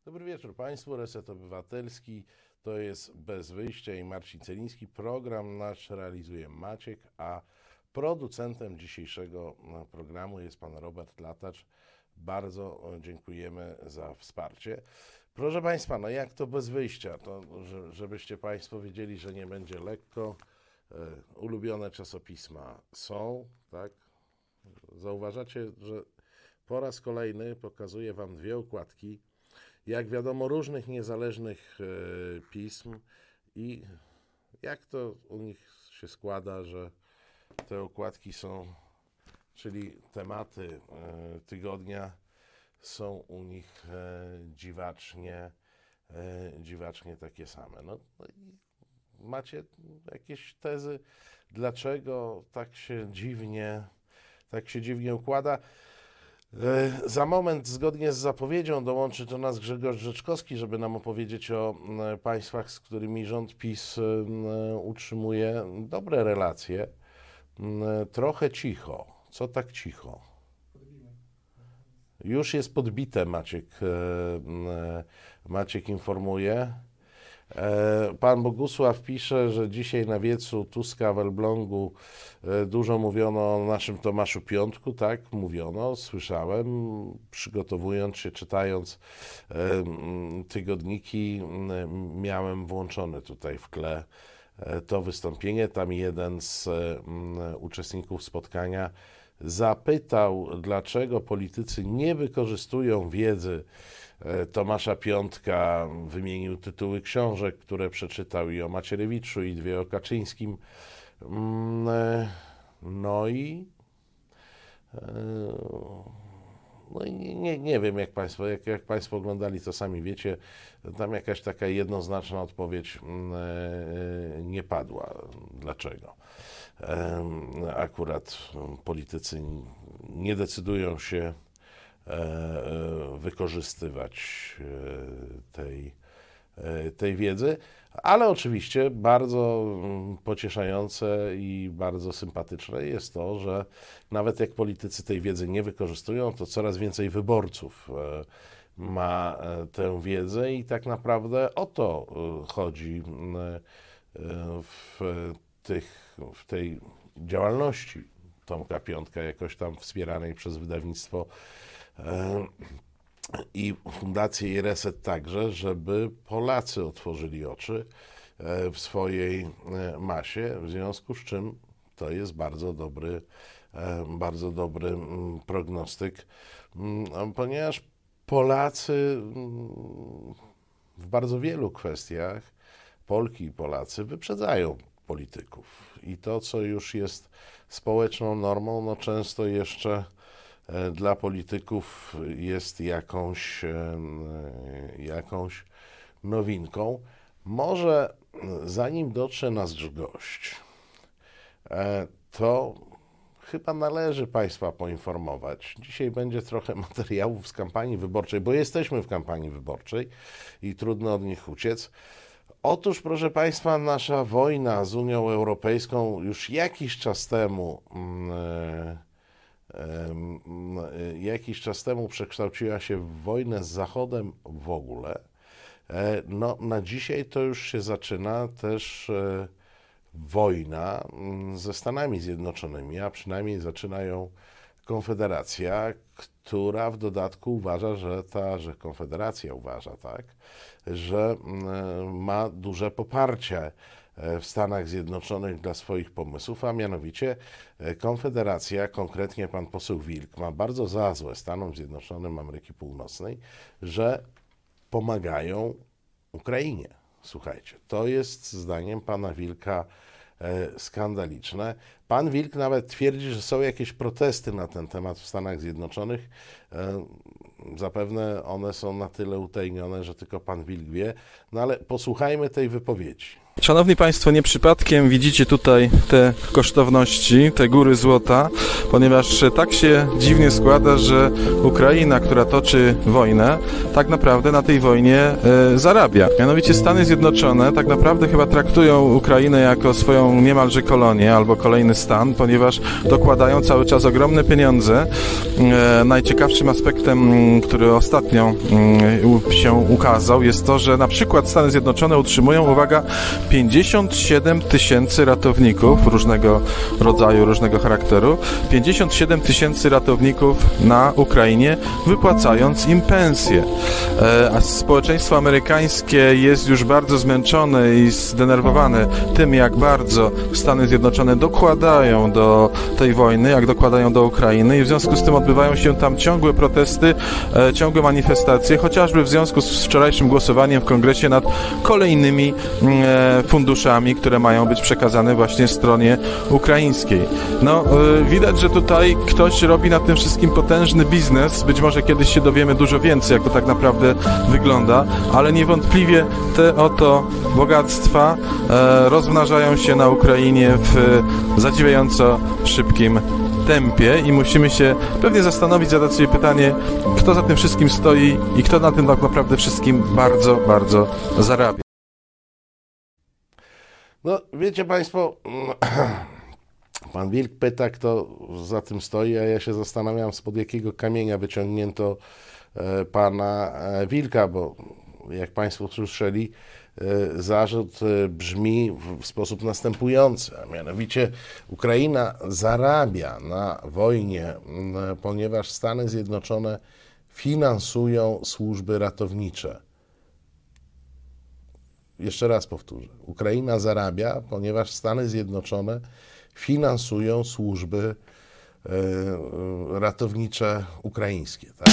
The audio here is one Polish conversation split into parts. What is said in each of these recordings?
Dobry wieczór Państwu, Reset Obywatelski, to jest Bez Wyjścia i Marcin Celiński. Program nasz realizuje Maciek, a producentem dzisiejszego programu jest Pan Robert Latacz. Bardzo dziękujemy za wsparcie. Proszę Państwa, no jak to bez wyjścia? To żebyście Państwo wiedzieli, że nie będzie lekko. Ulubione czasopisma są, tak? Zauważacie, że po raz kolejny pokazuję Wam dwie okładki. Jak wiadomo, różnych niezależnych pism i jak to u nich się składa, że te okładki są, czyli tematy tygodnia są u nich dziwacznie takie same. No i macie jakieś tezy, dlaczego tak się dziwnie układa? Za moment, zgodnie z zapowiedzią, dołączy do nas Grzegorz Rzeczkowski, żeby nam opowiedzieć o państwach, z którymi rząd PiS utrzymuje dobre relacje. Trochę cicho. Co tak cicho? Już jest podbite, Maciek informuje. Pan Bogusław pisze, że dzisiaj na wiecu Tuska w Elblągu dużo mówiono o naszym Tomaszu Piątku. Tak, mówiono, słyszałem, przygotowując się, czytając tygodniki, miałem włączone tutaj w tle to wystąpienie. Tam jeden z uczestników spotkania zapytał, dlaczego politycy nie wykorzystują wiedzy Tomasza Piątka, wymienił tytuły książek, które przeczytał i o Macierewiczu, i dwie o Kaczyńskim. No i nie wiem, jak Państwo oglądali, to sami wiecie, tam jakaś taka jednoznaczna odpowiedź nie padła. Dlaczego? Akurat politycy nie decydują się wykorzystywać tej wiedzy, ale oczywiście bardzo pocieszające i bardzo sympatyczne jest to, że nawet jak politycy tej wiedzy nie wykorzystują, to coraz więcej wyborców ma tę wiedzę i tak naprawdę o to chodzi w tej działalności Tomka Piątka, jakoś tam wspieranej przez wydawnictwo i Fundację i Reset także, żeby Polacy otworzyli oczy w swojej masie, w związku z czym to jest bardzo dobry prognostyk, ponieważ Polacy w bardzo wielu kwestiach, Polki i Polacy wyprzedzają polityków i to, co już jest społeczną normą, no często jeszcze dla polityków jest jakąś nowinką. Może zanim dotrze nasz gość, to chyba należy Państwa poinformować. Dzisiaj będzie trochę materiałów z kampanii wyborczej, bo jesteśmy w kampanii wyborczej i trudno od nich uciec. Otóż, proszę Państwa, nasza wojna z Unią Europejską już jakiś czas temu przekształciła się w wojnę z Zachodem w ogóle. No, na dzisiaj to już się zaczyna też wojna ze Stanami Zjednoczonymi, a przynajmniej zaczyna ją Konfederacja, która w dodatku uważa, że Konfederacja uważa, tak, że ma duże poparcie w Stanach Zjednoczonych dla swoich pomysłów, a mianowicie Konfederacja, konkretnie pan poseł Wilk, ma bardzo za złe Stanom Zjednoczonym Ameryki Północnej, że pomagają Ukrainie. Słuchajcie, to jest zdaniem pana Wilka skandaliczne. Pan Wilk nawet twierdzi, że są jakieś protesty na ten temat w Stanach Zjednoczonych. Zapewne one są na tyle utajnione, że tylko pan Wilk wie, no ale posłuchajmy tej wypowiedzi. Szanowni Państwo, nie przypadkiem widzicie tutaj te kosztowności, te góry złota, ponieważ tak się dziwnie składa, że Ukraina, która toczy wojnę, tak naprawdę na tej wojnie zarabia. Mianowicie Stany Zjednoczone tak naprawdę chyba traktują Ukrainę jako swoją niemalże kolonię albo kolejny stan, ponieważ dokładają cały czas ogromne pieniądze. Najciekawszym aspektem, który ostatnio się ukazał, jest to, że na przykład Stany Zjednoczone utrzymują, uwaga, 57 tysięcy ratowników różnego rodzaju, różnego charakteru, 57 tysięcy ratowników na Ukrainie, wypłacając im pensje. A społeczeństwo amerykańskie jest już bardzo zmęczone i zdenerwowane tym, jak bardzo Stany Zjednoczone dokładają do tej wojny, jak dokładają do Ukrainy, i w związku z tym odbywają się tam ciągłe protesty, ciągłe manifestacje, chociażby w związku z wczorajszym głosowaniem w Kongresie nad kolejnymi funduszami, które mają być przekazane właśnie stronie ukraińskiej. No, widać, że tutaj ktoś robi na tym wszystkim potężny biznes. Być może kiedyś się dowiemy dużo więcej, jak to tak naprawdę wygląda, ale niewątpliwie te oto bogactwa rozmnażają się na Ukrainie w zadziwiająco szybkim tempie i musimy się pewnie zastanowić, zadać sobie pytanie, kto za tym wszystkim stoi i kto na tym tak naprawdę wszystkim bardzo, bardzo zarabia. No, wiecie Państwo, pan Wilk pyta, kto za tym stoi, a ja się zastanawiam, spod jakiego kamienia wyciągnięto pana Wilka, bo jak Państwo słyszeli, zarzut brzmi w sposób następujący, a mianowicie Ukraina zarabia na wojnie, ponieważ Stany Zjednoczone finansują służby ratownicze. Jeszcze raz powtórzę. Ukraina zarabia, ponieważ Stany Zjednoczone finansują służby ratownicze ukraińskie. Tak?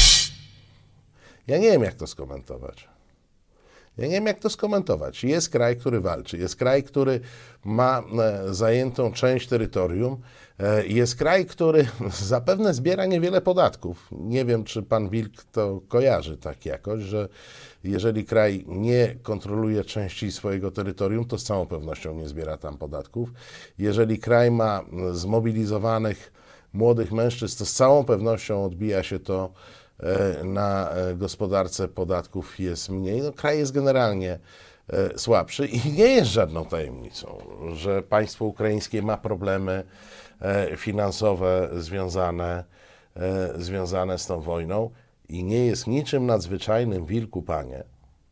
Ja nie wiem, jak to skomentować. Jest kraj, który walczy. Jest kraj, który ma zajętą część terytorium. Jest kraj, który zapewne zbiera niewiele podatków. Nie wiem, czy pan Wilk to kojarzy tak jakoś, że jeżeli kraj nie kontroluje części swojego terytorium, to z całą pewnością nie zbiera tam podatków. Jeżeli kraj ma zmobilizowanych młodych mężczyzn, to z całą pewnością odbija się to na gospodarce, podatków jest mniej. No, kraj jest generalnie słabszy i nie jest żadną tajemnicą, że państwo ukraińskie ma problemy finansowe związane z tą wojną i nie jest niczym nadzwyczajnym, Wilku, panie,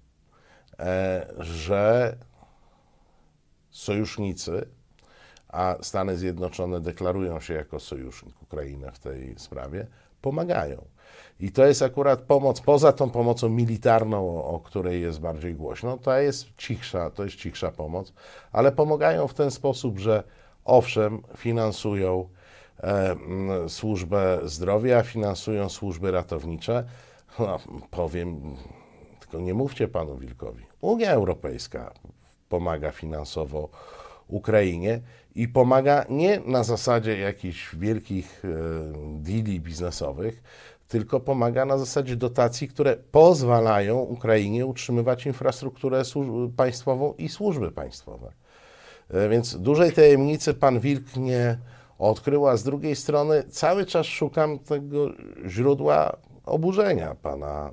że sojusznicy, a Stany Zjednoczone deklarują się jako sojusznik Ukrainy w tej sprawie, pomagają. I to jest akurat pomoc, poza tą pomocą militarną, o której jest bardziej głośno, to jest cichsza pomoc, ale pomagają w ten sposób, że owszem, finansują służbę zdrowia, finansują służby ratownicze. No, powiem, tylko nie mówcie panu Wilkowi. Unia Europejska pomaga finansowo Ukrainie i pomaga nie na zasadzie jakichś wielkich deali biznesowych, tylko pomaga na zasadzie dotacji, które pozwalają Ukrainie utrzymywać infrastrukturę państwową i służby państwowe. Więc dużej tajemnicy pan Wilk nie odkrył, a z drugiej strony cały czas szukam tego źródła oburzenia pana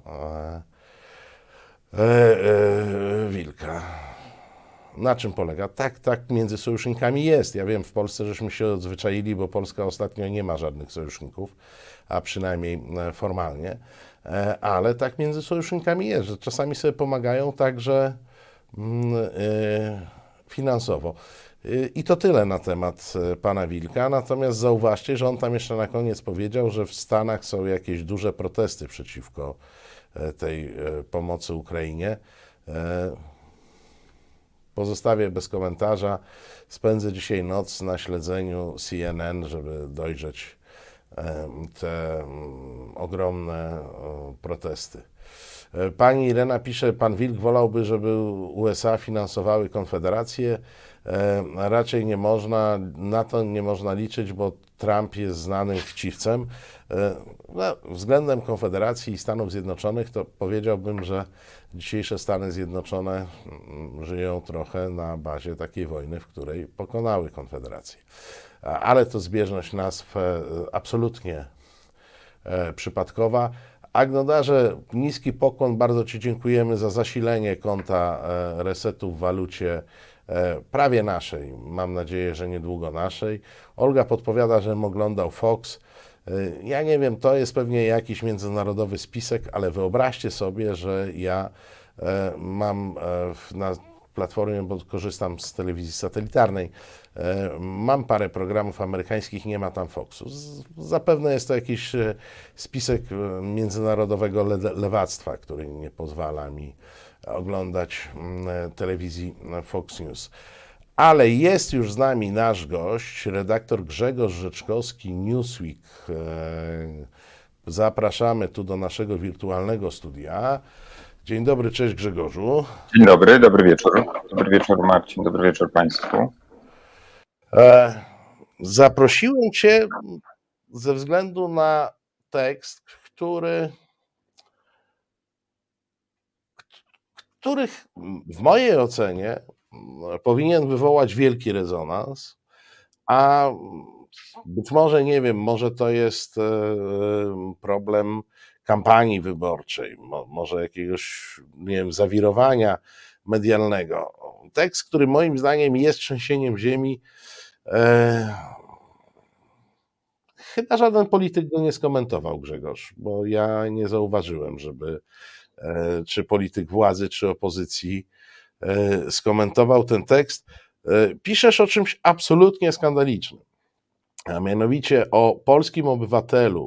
Wilka. Na czym polega? Tak, między sojusznikami jest. Ja wiem, w Polsce żeśmy się odzwyczaili, bo Polska ostatnio nie ma żadnych sojuszników, a przynajmniej formalnie, ale tak między sojusznikami jest, że czasami sobie pomagają także finansowo. I to tyle na temat pana Wilka, natomiast zauważcie, że on tam jeszcze na koniec powiedział, że w Stanach są jakieś duże protesty przeciwko tej pomocy Ukrainie. Pozostawię bez komentarza. Spędzę dzisiaj noc na śledzeniu CNN, żeby dojrzeć te ogromne protesty. Pani Irena pisze, pan Wilk wolałby, żeby USA finansowały Konfederację. Raczej nie można, na to nie można liczyć, bo Trump jest znanym chciwcem. No, względem Konfederacji i Stanów Zjednoczonych to powiedziałbym, że dzisiejsze Stany Zjednoczone żyją trochę na bazie takiej wojny, w której pokonały Konfederację. Ale to zbieżność nazw absolutnie przypadkowa. Agnodarze, niski pokłon, bardzo ci dziękujemy za zasilenie konta Resetu w walucie prawie naszej, mam nadzieję, że niedługo naszej. Olga podpowiada, żebym oglądał Fox. Ja nie wiem, to jest pewnie jakiś międzynarodowy spisek, ale wyobraźcie sobie, że ja mam na platformie, bo korzystam z telewizji satelitarnej, mam parę programów amerykańskich, nie ma tam Foxu. Zapewne jest to jakiś spisek międzynarodowego lewactwa, który nie pozwala mi oglądać telewizji Fox News. Ale jest już z nami nasz gość, redaktor Grzegorz Rzeczkowski, Newsweek. Zapraszamy tu do naszego wirtualnego studia. Dzień dobry, cześć Grzegorzu. Dzień dobry, dobry wieczór. Dobry wieczór Marcin, dobry wieczór Państwu. Zaprosiłem Cię ze względu na tekst, który w mojej ocenie powinien wywołać wielki rezonans, a być może, nie wiem, może to jest problem kampanii wyborczej, może jakiegoś, nie wiem, zawirowania medialnego. Tekst, który moim zdaniem jest trzęsieniem ziemi. Chyba żaden polityk go nie skomentował, Grzegorz, bo ja nie zauważyłem, żeby czy polityk władzy, czy opozycji skomentował ten tekst. Piszesz o czymś absolutnie skandalicznym, a mianowicie o polskim obywatelu,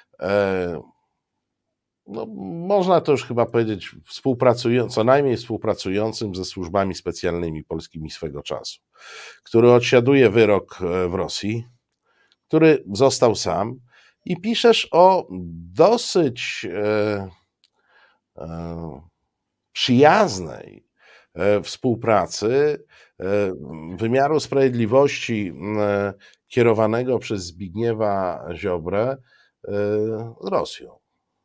no, można to już chyba powiedzieć, co najmniej współpracującym ze służbami specjalnymi polskimi swego czasu, który odsiaduje wyrok w Rosji, który został sam, i piszesz o dosyć przyjaznej współpracy wymiaru sprawiedliwości kierowanego przez Zbigniewa Ziobrę z Rosją.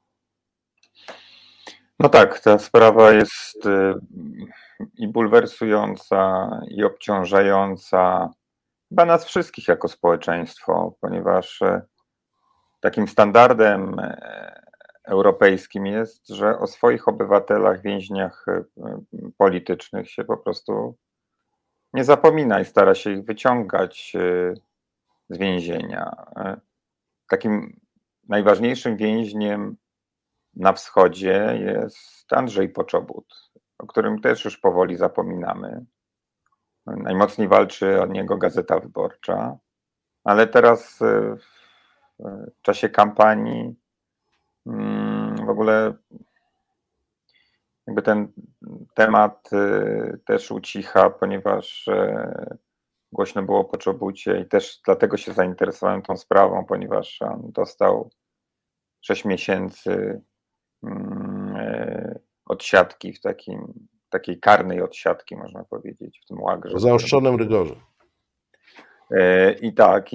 No tak, ta sprawa jest i bulwersująca, i obciążająca chyba nas wszystkich jako społeczeństwo, ponieważ takim standardem europejskim jest, że o swoich obywatelach, więźniach politycznych się po prostu nie zapomina i stara się ich wyciągać z więzienia. Takim najważniejszym więźniem na wschodzie jest Andrzej Poczobut, o którym też już powoli zapominamy. Najmocniej walczy o niego Gazeta Wyborcza, ale teraz w czasie kampanii w ogóle jakby ten temat też ucicha, ponieważ głośno było o Poczobucie i też dlatego się zainteresowałem tą sprawą, ponieważ on dostał 6 miesięcy odsiadki w takiej karnej odsiadki, można powiedzieć, w tym łagrze. O zaostrzonym rygorze. I tak,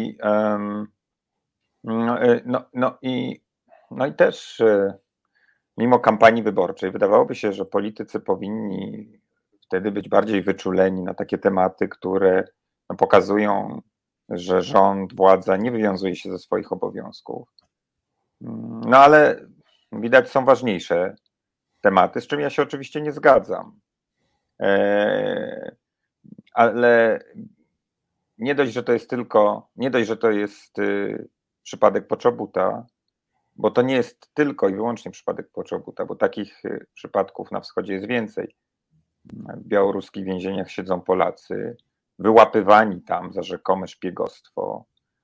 no i też mimo kampanii wyborczej wydawałoby się, że politycy powinni wtedy być bardziej wyczuleni na takie tematy, które pokazują, że rząd, władza nie wywiązuje się ze swoich obowiązków. No ale widać, są ważniejsze tematy, z czym ja się oczywiście nie zgadzam. Ale nie dość, że to jest przypadek Poczobuta, bo to nie jest tylko i wyłącznie przypadek Poczobuta, bo takich przypadków na wschodzie jest więcej. W białoruskich więzieniach siedzą Polacy, wyłapywani tam za rzekome szpiegostwo.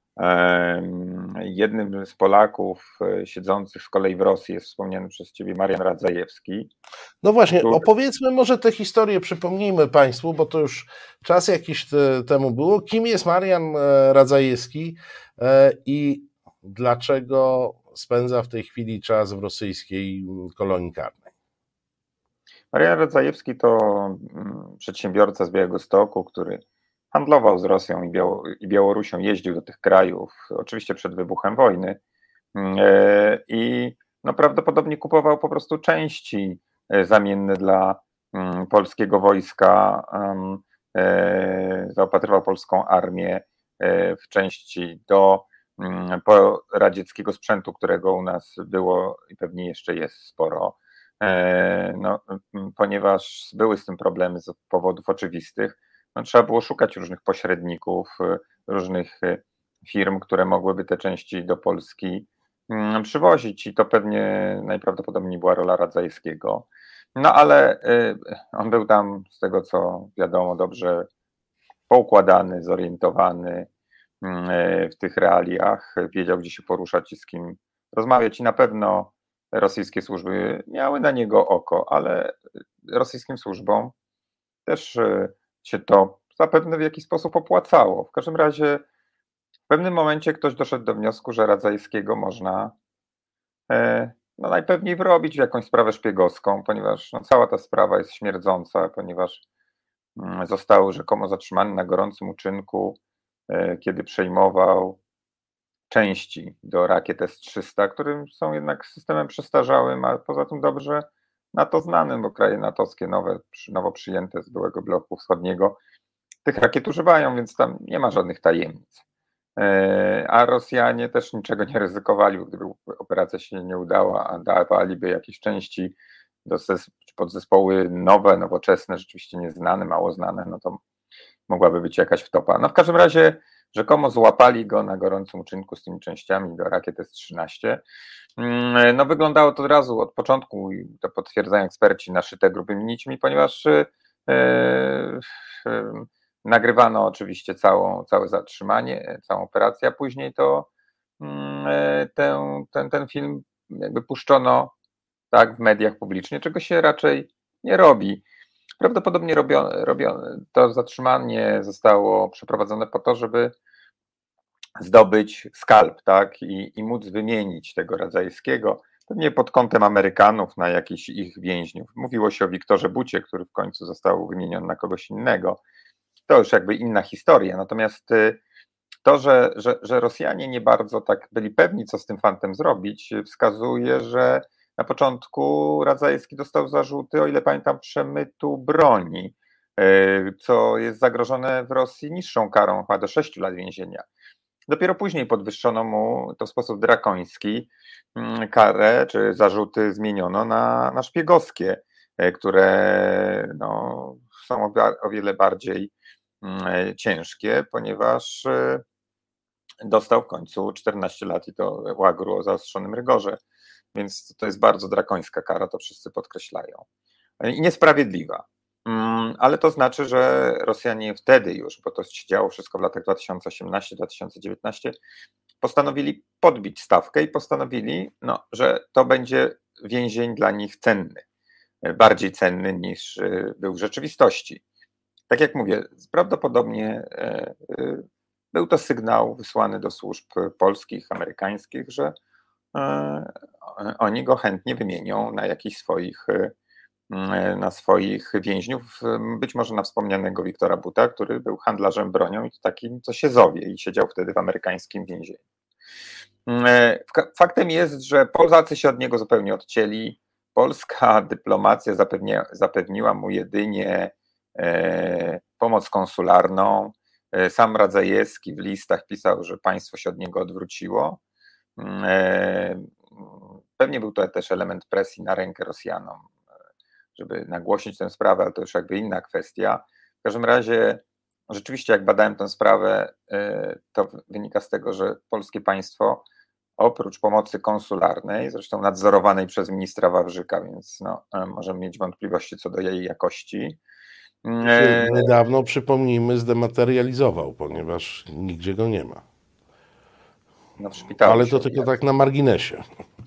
Jednym z Polaków siedzących z kolei w Rosji jest wspomniany przez Ciebie Marian Radzajewski. No właśnie, opowiedzmy może tę historię, przypomnijmy Państwu, bo to już czas jakiś temu było. Kim jest Marian Radzajewski i dlaczego spędza w tej chwili czas w rosyjskiej kolonii karnej? Marian Radzajewski to przedsiębiorca z Białegostoku, który handlował z Rosją i Białorusią, jeździł do tych krajów, oczywiście przed wybuchem wojny, i no prawdopodobnie kupował po prostu części zamienne dla polskiego wojska, zaopatrywał polską armię w części do radzieckiego sprzętu, którego u nas było i pewnie jeszcze jest sporo. no, ponieważ były z tym problemy z powodów oczywistych, no, trzeba było szukać różnych pośredników, różnych firm, które mogłyby te części do Polski przywozić i to pewnie najprawdopodobniej była rola Radzajskiego. No ale on był tam, z tego co wiadomo, dobrze poukładany, zorientowany w tych realiach, wiedział, gdzie się poruszać i z kim rozmawiać i na pewno rosyjskie służby miały na niego oko, ale rosyjskim służbom też się to zapewne w jakiś sposób opłacało. W każdym razie w pewnym momencie ktoś doszedł do wniosku, że Radzajskiego można no najpewniej wrobić w jakąś sprawę szpiegowską, ponieważ no, cała ta sprawa jest śmierdząca, ponieważ został rzekomo zatrzymany na gorącym uczynku, kiedy przejmował części do rakiet S-300, którym są jednak systemem przestarzałym, a poza tym dobrze NATO znanym, bo kraje natowskie nowo przyjęte z byłego bloku wschodniego tych rakiet używają, więc tam nie ma żadnych tajemnic. A Rosjanie też niczego nie ryzykowali, bo gdyby operacja się nie udała, a dawaliby jakieś części do podzespoły nowe, nowoczesne, rzeczywiście nieznane, mało znane, no to mogłaby być jakaś wtopa. No w każdym razie rzekomo złapali go na gorącym uczynku z tymi częściami do rakiet S-13. No wyglądało to od razu, od początku, i to potwierdzają eksperci, naszyte grubymi nićmi, ponieważ nagrywano oczywiście całe zatrzymanie, całą operację, a później to ten film jakby puszczono tak w mediach publicznie, czego się raczej nie robi. Prawdopodobnie to zatrzymanie zostało przeprowadzone po to, żeby zdobyć skalp, tak, i móc wymienić tego Radzajskiego, pewnie pod kątem Amerykanów na jakichś ich więźniów. Mówiło się o Wiktorze Bucie, który w końcu został wymieniony na kogoś innego. To już jakby inna historia. Natomiast to, że Rosjanie nie bardzo tak byli pewni, co z tym fantem zrobić, wskazuje, że na początku Radzajski dostał zarzuty, o ile pamiętam, przemytu broni, co jest zagrożone w Rosji niższą karą, chyba do 6 lat więzienia. Dopiero później podwyższono mu to w sposób drakoński karę, czy zarzuty zmieniono na szpiegowskie, które no, są o wiele bardziej ciężkie, ponieważ dostał w końcu 14 lat i to łagru o zaostrzonym rygorze. Więc to jest bardzo drakońska kara, to wszyscy podkreślają. I niesprawiedliwa. Ale to znaczy, że Rosjanie wtedy już, bo to się działo wszystko w latach 2018-2019, postanowili podbić stawkę i postanowili, no, że to będzie więzień dla nich cenny. Bardziej cenny niż był w rzeczywistości. Tak jak mówię, prawdopodobnie był to sygnał wysłany do służb polskich, amerykańskich, że oni go chętnie wymienią na jakichś swoich więźniów, być może na wspomnianego Wiktora Buta, który był handlarzem bronią i takim, co się zowie i siedział wtedy w amerykańskim więzieniu. Faktem jest, że Polacy się od niego zupełnie odcięli. Polska dyplomacja zapewniła mu jedynie pomoc konsularną. Sam Radzajewski w listach pisał, że państwo się od niego odwróciło. Pewnie był to też element presji na rękę Rosjanom, żeby nagłośnić tę sprawę, ale to już jakby inna kwestia. W każdym razie rzeczywiście jak badałem tę sprawę, to wynika z tego, że polskie państwo oprócz pomocy konsularnej, zresztą nadzorowanej przez ministra Wawrzyka, więc no, możemy mieć wątpliwości co do jej jakości. Niedawno, przypomnijmy, zdematerializował, ponieważ nigdzie go nie ma. No, w szpitalu. Ale to tylko tak na marginesie.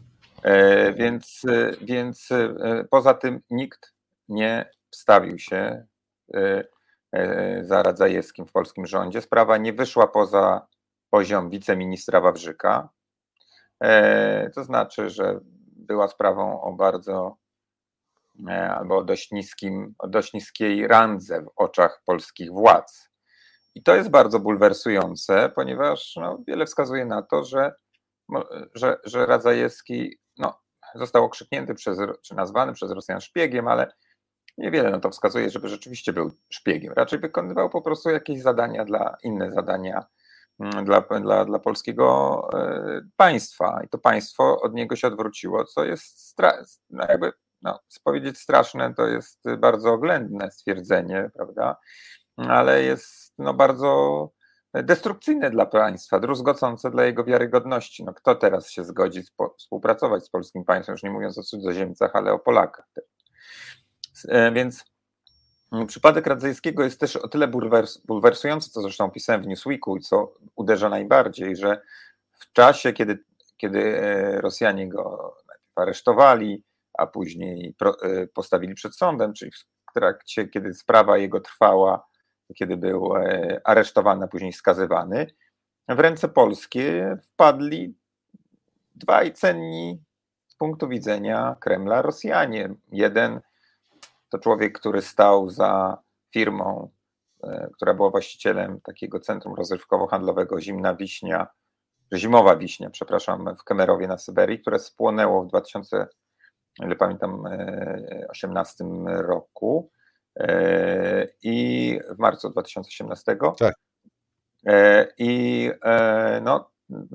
Więc poza tym nikt nie wstawił się za Radzajewskim w polskim rządzie. Sprawa nie wyszła poza poziom wiceministra Wawrzyka. To znaczy, że była sprawą o bardzo albo o dość niskiej randze w oczach polskich władz. I to jest bardzo bulwersujące, ponieważ no, wiele wskazuje na to, że Radzajewski no, został okrzyknięty czy nazwany przez Rosjan szpiegiem, ale niewiele na to wskazuje, żeby rzeczywiście był szpiegiem. Raczej wykonywał po prostu jakieś zadania inne zadania dla polskiego państwa. I to państwo od niego się odwróciło, co jest jakby no, powiedzieć straszne, to jest bardzo oględne stwierdzenie, prawda? Ale jest no, bardzo destrukcyjne dla państwa, druzgocące dla jego wiarygodności. No, kto teraz się zgodzi współpracować z polskim państwem, już nie mówiąc o cudzoziemcach, ale o Polakach. Więc przypadek Radzajskiego jest też o tyle bulwersujący, co zresztą pisałem w Newsweeku i co uderza najbardziej, że w czasie, kiedy Rosjanie go najpierw aresztowali, a później postawili przed sądem, czyli w trakcie, kiedy sprawa jego trwała, kiedy był aresztowany, a później skazywany, w ręce polskie wpadli dwaj cenni z punktu widzenia Kremla Rosjanie. Jeden to człowiek, który stał za firmą, która była właścicielem takiego centrum rozrywkowo-handlowego Zimowa Wiśnia, przepraszam, w Kemerowie na Syberii, które spłonęło w 2018 roku i w marcu 2018. Tak. I no,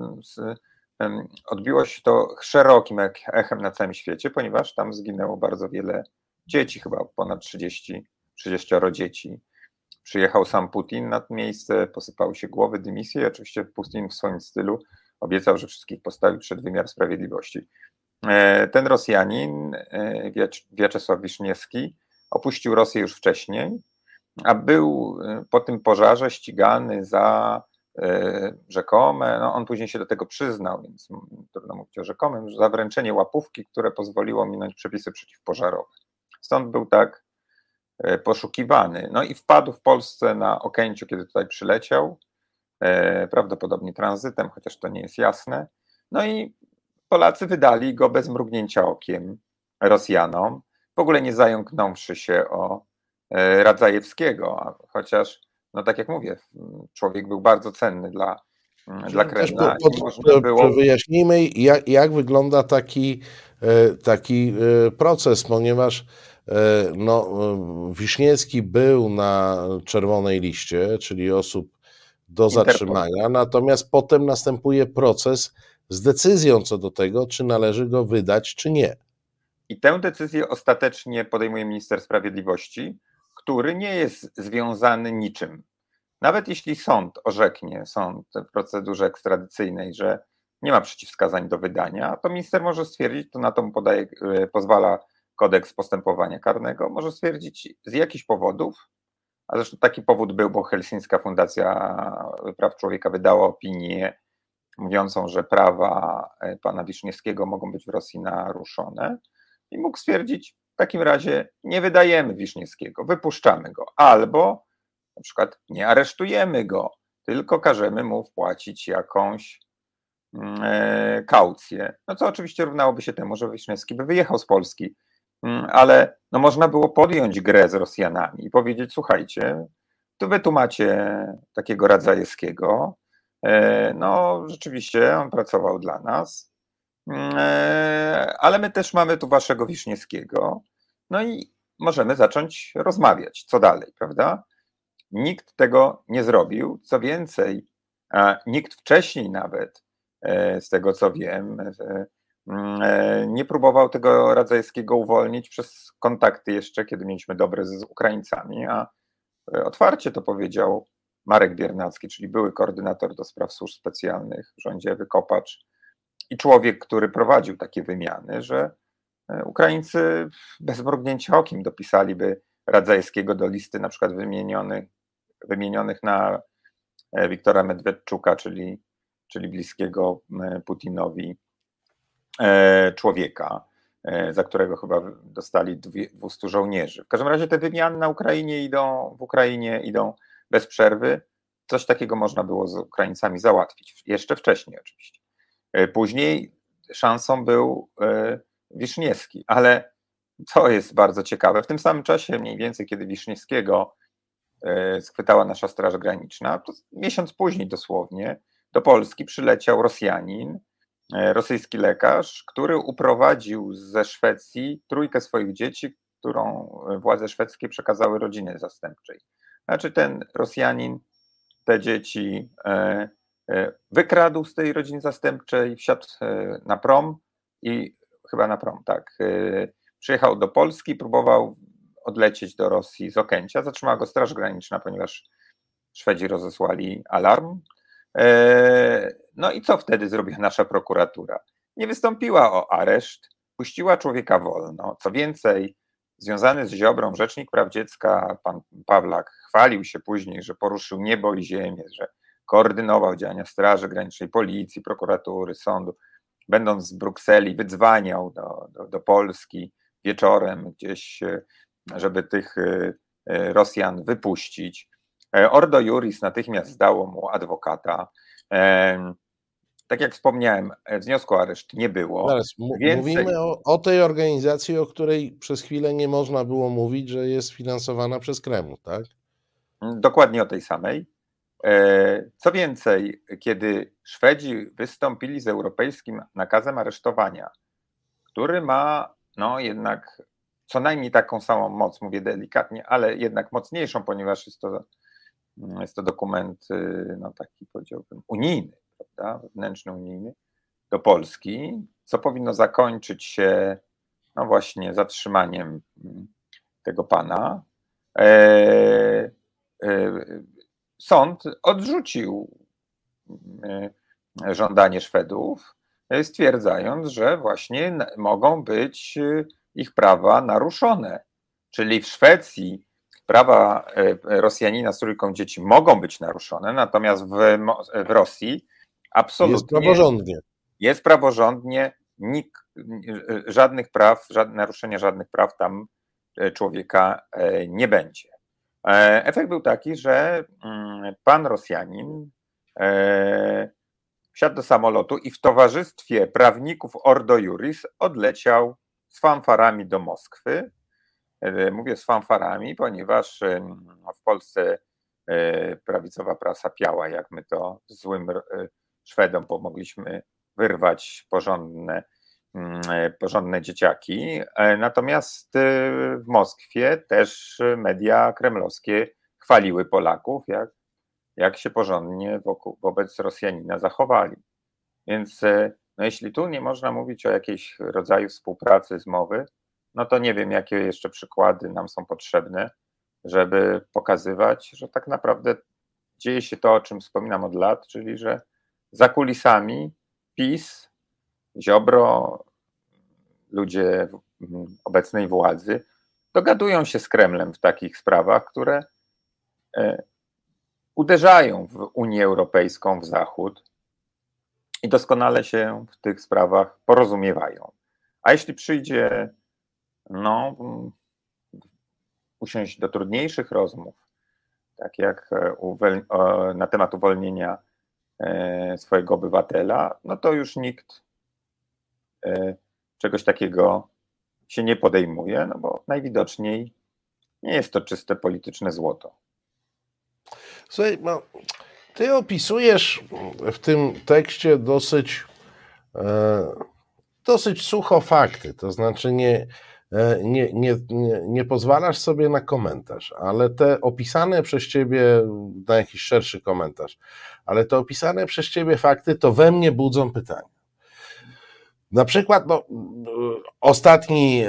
odbiło się to szerokim echem na całym świecie, ponieważ tam zginęło bardzo wiele dzieci, chyba ponad 30 dzieci. Przyjechał sam Putin na to miejsce, posypały się głowy, dymisje i oczywiście Putin w swoim stylu obiecał, że wszystkich postawi przed wymiar sprawiedliwości. Ten Rosjanin, Wiaczesław Wiszniewski, opuścił Rosję już wcześniej, a był po tym pożarze ścigany za rzekome, no on później się do tego przyznał, więc trudno mówić o rzekomym, za wręczenie łapówki, które pozwoliło minąć przepisy przeciwpożarowe. Stąd był tak poszukiwany. No i wpadł w Polsce na Okęciu, kiedy tutaj przyleciał, prawdopodobnie tranzytem, chociaż to nie jest jasne. No i Polacy wydali go bez mrugnięcia okiem Rosjanom, w ogóle nie zająknąwszy się o Radzajewskiego, chociaż, no tak jak mówię, człowiek był bardzo cenny dla Kremla. Wyjaśnijmy, jak wygląda taki proces, ponieważ no, Wiśniewski był na czerwonej liście, czyli osób do zatrzymania, natomiast potem następuje proces z decyzją co do tego, czy należy go wydać, czy nie. I tę decyzję ostatecznie podejmuje minister sprawiedliwości, który nie jest związany niczym. Nawet jeśli sąd orzeknie, sąd w procedurze ekstradycyjnej, że nie ma przeciwwskazań do wydania, to minister może stwierdzić, to na to mu pozwala kodeks postępowania karnego, może stwierdzić z jakichś powodów, a zresztą taki powód był, bo Helsińska Fundacja Praw Człowieka wydała opinię mówiącą, że prawa pana Wiszniewskiego mogą być w Rosji naruszone i mógł stwierdzić, w takim razie nie wydajemy Wiszniewskiego, wypuszczamy go, albo na przykład nie aresztujemy go, tylko każemy mu wpłacić jakąś kaucję. No co oczywiście równałoby się temu, że Wiszniewski by wyjechał z Polski, ale no można było podjąć grę z Rosjanami i powiedzieć, słuchajcie, to wy tu macie takiego Radzajewskiego, no rzeczywiście on pracował dla nas, ale my też mamy tu waszego Wiszniewskiego, no i możemy zacząć rozmawiać, co dalej, prawda? Nikt tego nie zrobił, co więcej, nikt wcześniej nawet, z tego co wiem, nie próbował tego Radzajewskiego uwolnić przez kontakty jeszcze, kiedy mieliśmy dobre z Ukraińcami, a otwarcie to powiedział Marek Biernacki, czyli były koordynator do spraw służb specjalnych w rządzie Ewy Kopacz i człowiek, który prowadził takie wymiany, że Ukraińcy bez mrugnięcia okiem dopisaliby Radzajewskiego do listy na przykład wymienionych na Wiktora Medwedczuka, czyli bliskiego Putinowi człowieka, za którego chyba dostali 200 żołnierzy. W każdym razie te wymiany w Ukrainie idą bez przerwy. Coś takiego można było z Ukraińcami załatwić, jeszcze wcześniej oczywiście. Później szansą był Wiszniewski, ale to jest bardzo ciekawe. W tym samym czasie, mniej więcej, kiedy Wiszniewskiego schwytała nasza Straż Graniczna, to miesiąc później dosłownie do Polski przyleciał Rosjanin, rosyjski lekarz, który uprowadził ze Szwecji 3 swoich dzieci, którą władze szwedzkie przekazały rodzinie zastępczej. Znaczy ten Rosjanin te dzieci wykradł z tej rodziny zastępczej, wsiadł na prom i chyba na prom, tak, przyjechał do Polski, próbował odlecieć do Rosji z Okęcia. Zatrzymała go Straż Graniczna, ponieważ Szwedzi rozesłali alarm. No i co wtedy zrobiła nasza prokuratura? Nie wystąpiła o areszt, puściła człowieka wolno. Co więcej, związany z Ziobrą rzecznik praw dziecka, pan Pawlak, chwalił się później, że poruszył niebo i ziemię, że koordynował działania Straży Granicznej, Policji, prokuratury, sądu. Będąc z Brukseli, wydzwaniał do Polski wieczorem gdzieś, żeby tych Rosjan wypuścić. Ordo Iuris natychmiast zdało mu adwokata. Tak jak wspomniałem, wniosku o areszt nie było. Zaraz, mówimy o tej organizacji, o której przez chwilę nie można było mówić, że jest finansowana przez Kreml, tak? Dokładnie o tej samej. Co więcej, kiedy Szwedzi wystąpili z europejskim nakazem aresztowania, który ma jednak co najmniej taką samą moc, mówię delikatnie, ale jednak mocniejszą, ponieważ jest to dokument taki, powiedziałbym, unijny, prawda, wewnętrzny unijny, do Polski, co powinno zakończyć się właśnie zatrzymaniem tego pana. Sąd odrzucił żądanie Szwedów, stwierdzając, że właśnie mogą być ich prawa naruszone. Czyli w Szwecji prawa Rosjanina z trójką dzieci mogą być naruszone, natomiast w Rosji absolutnie jest praworządnie, żadnych praw, naruszenia żadnych praw tam człowieka nie będzie. Efekt był taki, że pan Rosjanin wsiadł do samolotu i w towarzystwie prawników Ordo Iuris odleciał z fanfarami do Moskwy. Mówię z fanfarami, ponieważ w Polsce prawicowa prasa piała, jak my to złym Szwedom pomogliśmy wyrwać porządne dzieciaki. Natomiast w Moskwie też media kremlowskie chwaliły Polaków, jak się porządnie wobec Rosjanina zachowali. Więc jeśli tu nie można mówić o jakiejś rodzaju współpracy, zmowy, to nie wiem, jakie jeszcze przykłady nam są potrzebne, żeby pokazywać, że tak naprawdę dzieje się to, o czym wspominam od lat, czyli że za kulisami PiS, Ziobro, ludzie obecnej władzy dogadują się z Kremlem w takich sprawach, które uderzają w Unię Europejską, w Zachód i doskonale się w tych sprawach porozumiewają. A jeśli przyjdzie usiąść do trudniejszych rozmów, tak jak na temat uwolnienia swojego obywatela, to już nikt czegoś takiego się nie podejmuje, bo najwidoczniej nie jest to czyste polityczne złoto. Słuchaj, ty opisujesz w tym tekście dosyć sucho fakty, to znaczy nie pozwalasz sobie na komentarz, ale te opisane przez ciebie, na jakiś szerszy komentarz, ale te opisane przez ciebie fakty to we mnie budzą pytania. Na przykład ostatni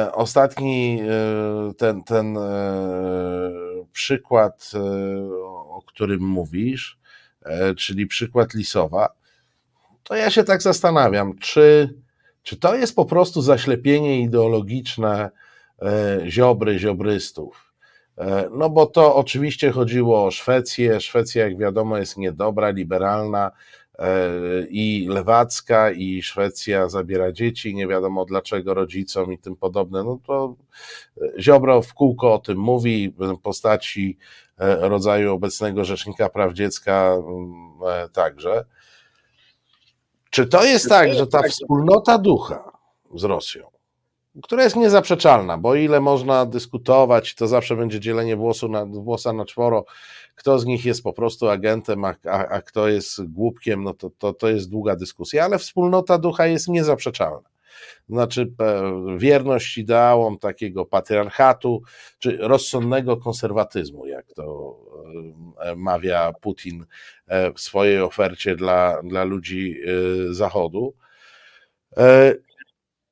ten przykład, o którym mówisz, czyli przykład Lisowa, to ja się tak zastanawiam, czy to jest po prostu zaślepienie ideologiczne Ziobry, ziobrystów. Bo to oczywiście chodziło o Szwecję. Szwecja, jak wiadomo, jest niedobra, liberalna i lewacka, i Szwecja zabiera dzieci, nie wiadomo dlaczego rodzicom i tym podobne. To Ziobro w kółko o tym mówi, w postaci rodzaju obecnego rzecznika praw dziecka także. Czy to jest tak, że ta wspólnota ducha z Rosją, która jest niezaprzeczalna, bo ile można dyskutować, to zawsze będzie dzielenie włosa na czworo, kto z nich jest po prostu agentem, a kto jest głupkiem, to jest długa dyskusja, ale wspólnota ducha jest niezaprzeczalna. Znaczy wierność ideałom takiego patriarchatu, czy rozsądnego konserwatyzmu, jak to mawia Putin w swojej ofercie dla ludzi Zachodu.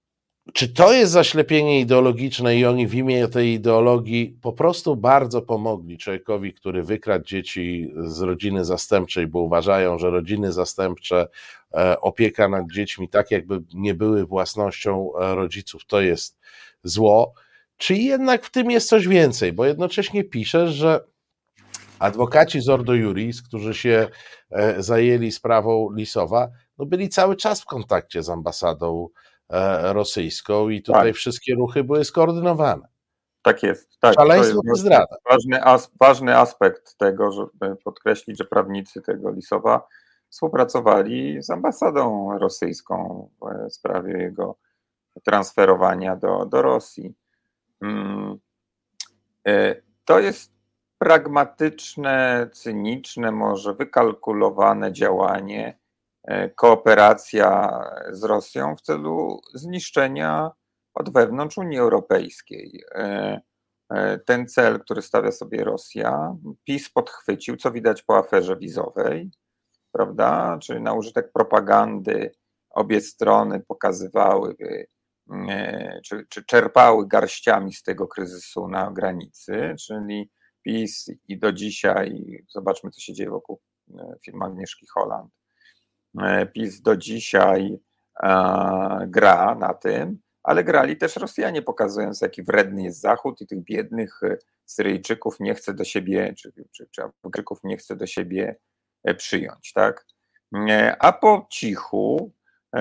Czy to jest zaślepienie ideologiczne i oni w imię tej ideologii po prostu bardzo pomogli człowiekowi, który wykradł dzieci z rodziny zastępczej, bo uważają, że rodziny zastępcze, opieka nad dziećmi, tak jakby nie były własnością rodziców, to jest zło? Czy jednak w tym jest coś więcej? Bo jednocześnie piszesz, że adwokaci z Ordo Iuris, którzy się zajęli sprawą Lisowa, no byli cały czas w kontakcie z ambasadą rosyjską i tutaj Tak. wszystkie ruchy były skoordynowane. Tak jest. Tak. Szaleństwo to jest zdrada. Ważny aspekt tego, żeby podkreślić, że prawnicy tego Lisowa współpracowali z ambasadą rosyjską w sprawie jego transferowania do Rosji. To jest pragmatyczne, cyniczne, może wykalkulowane działanie, kooperacja z Rosją w celu zniszczenia od wewnątrz Unii Europejskiej. Ten cel, który stawia sobie Rosja, PiS podchwycił, co widać po aferze wizowej, prawda? Czyli na użytek propagandy obie strony pokazywały, czy czerpały garściami z tego kryzysu na granicy, czyli PiS i do dzisiaj, zobaczmy co się dzieje wokół firmy Agnieszki Holland, PiS do dzisiaj gra na tym, ale grali też Rosjanie, pokazując jaki wredny jest Zachód i tych biednych Syryjczyków nie chce do siebie, czy Afryków nie chce do siebie przyjąć, tak? A po cichu,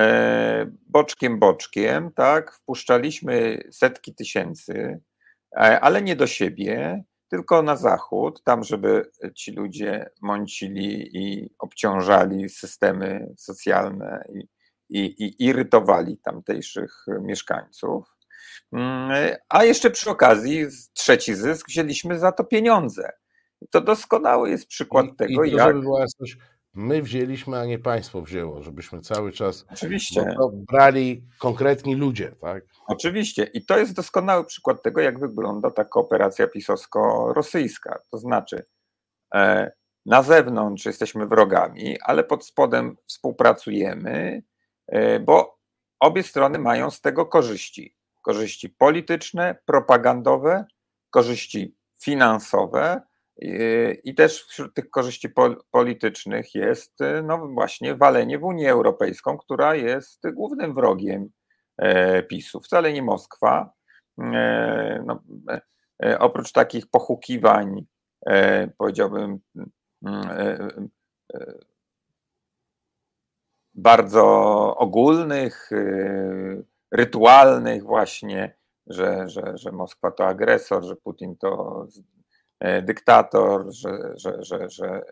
boczkiem, tak, wpuszczaliśmy setki tysięcy, ale nie do siebie, tylko na Zachód, tam żeby ci ludzie mącili i obciążali systemy socjalne i irytowali tamtejszych mieszkańców. A jeszcze przy okazji, trzeci zysk, wzięliśmy za to pieniądze. To doskonały jest przykład tego, to, żeby była jasność, my wzięliśmy, a nie państwo wzięło, żebyśmy cały czas. Oczywiście. Bo to brali konkretni ludzie, tak? Oczywiście. I to jest doskonały przykład tego, jak wygląda ta kooperacja pisowsko-rosyjska. To znaczy, na zewnątrz jesteśmy wrogami, ale pod spodem współpracujemy, bo obie strony mają z tego korzyści. Korzyści polityczne, propagandowe, korzyści finansowe i też wśród tych korzyści politycznych jest no właśnie walenie w Unię Europejską, która jest głównym wrogiem PiS-u. Wcale nie Moskwa. No, oprócz takich pohukiwań, powiedziałbym, bardzo ogólnych, rytualnych właśnie, że Moskwa to agresor, że Putin to dyktator, że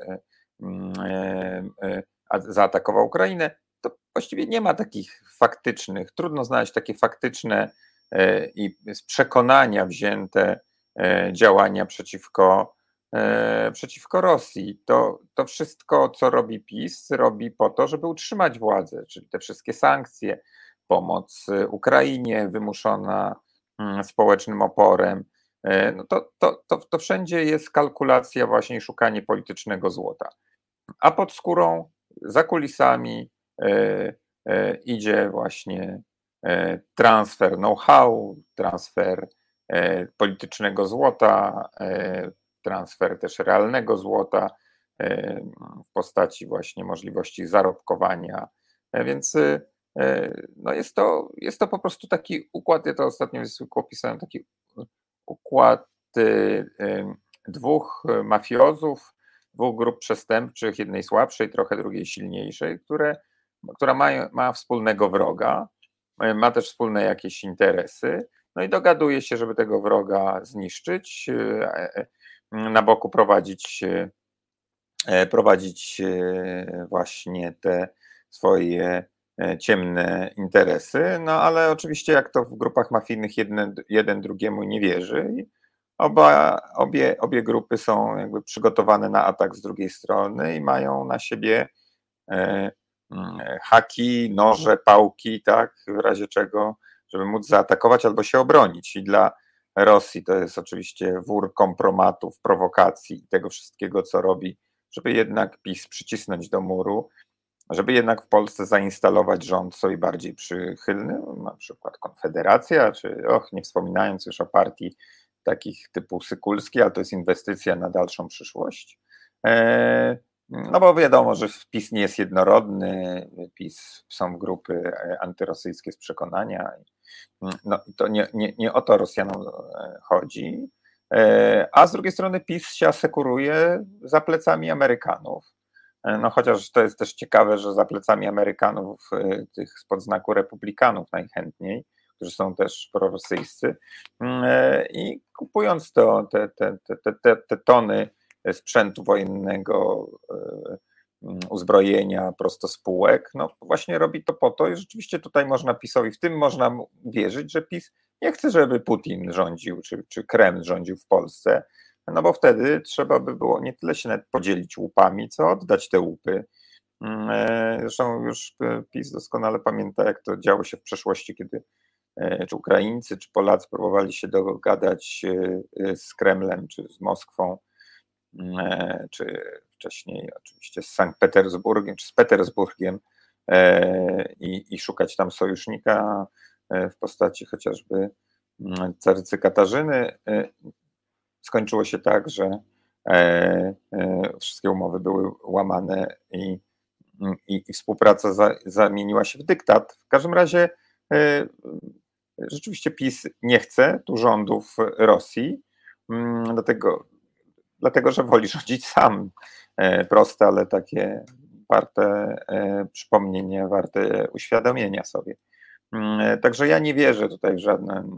zaatakował Ukrainę, to właściwie nie ma takich faktycznych, trudno znaleźć takie faktyczne i z przekonania wzięte działania przeciwko Rosji. To wszystko, co robi PiS, robi po to, żeby utrzymać władzę, czyli te wszystkie sankcje, pomoc Ukrainie wymuszona społecznym oporem. No to wszędzie jest kalkulacja właśnie i szukanie politycznego złota. A pod skórą, za kulisami idzie właśnie transfer know-how, transfer politycznego złota, transfer też realnego złota w postaci właśnie możliwości zarobkowania. Więc no jest to po prostu taki układ, ja to ostatnio opisałem, taki układ dwóch mafiozów, dwóch grup przestępczych, jednej słabszej, trochę drugiej silniejszej, która ma wspólnego wroga, ma też wspólne jakieś interesy, no i dogaduje się, żeby tego wroga zniszczyć, na boku prowadzić właśnie te swoje ciemne interesy, no ale oczywiście jak to w grupach mafijnych jeden drugiemu nie wierzy i obie grupy są jakby przygotowane na atak z drugiej strony i mają na siebie haki, noże, pałki, tak, w razie czego, żeby móc zaatakować albo się obronić. I dla Rosji to jest oczywiście wór kompromatów, prowokacji i tego wszystkiego, co robi, żeby jednak PiS przycisnąć do muru. żeby jednak w Polsce zainstalować rząd sobie bardziej przychylny, na przykład Konfederacja, czy nie wspominając już o partii takich typu Sykulski, ale to jest inwestycja na dalszą przyszłość. No bo wiadomo, że PiS nie jest jednorodny, PiS są grupy antyrosyjskie z przekonania. No i to nie o to Rosjanom chodzi. A z drugiej strony PiS się asekuruje za plecami Amerykanów. No chociaż to jest też ciekawe, że za plecami Amerykanów, tych spod znaku republikanów najchętniej, którzy są też prorosyjscy, i kupując te tony sprzętu wojennego, uzbrojenia prosto z półek, no właśnie robi to po to i rzeczywiście tutaj można PiS-owi, w tym można wierzyć, że PiS nie chce, żeby Putin rządził, czy Kreml rządził w Polsce, no bo wtedy trzeba by było nie tyle się nawet podzielić łupami, co oddać te łupy. Zresztą już PiS doskonale pamięta, jak to działo się w przeszłości, kiedy czy Ukraińcy, czy Polacy próbowali się dogadać z Kremlem, czy z Moskwą, czy wcześniej oczywiście z Sankt Petersburgiem, czy z Petersburgiem, i szukać tam sojusznika w postaci chociażby carycy Katarzyny. Skończyło się tak, że wszystkie umowy były łamane i współpraca zamieniła się w dyktat. W każdym razie rzeczywiście PiS nie chce tu rządów Rosji, dlatego że woli rządzić sam. Proste, ale takie warte przypomnienia, warte uświadomienia sobie. Także ja nie wierzę tutaj w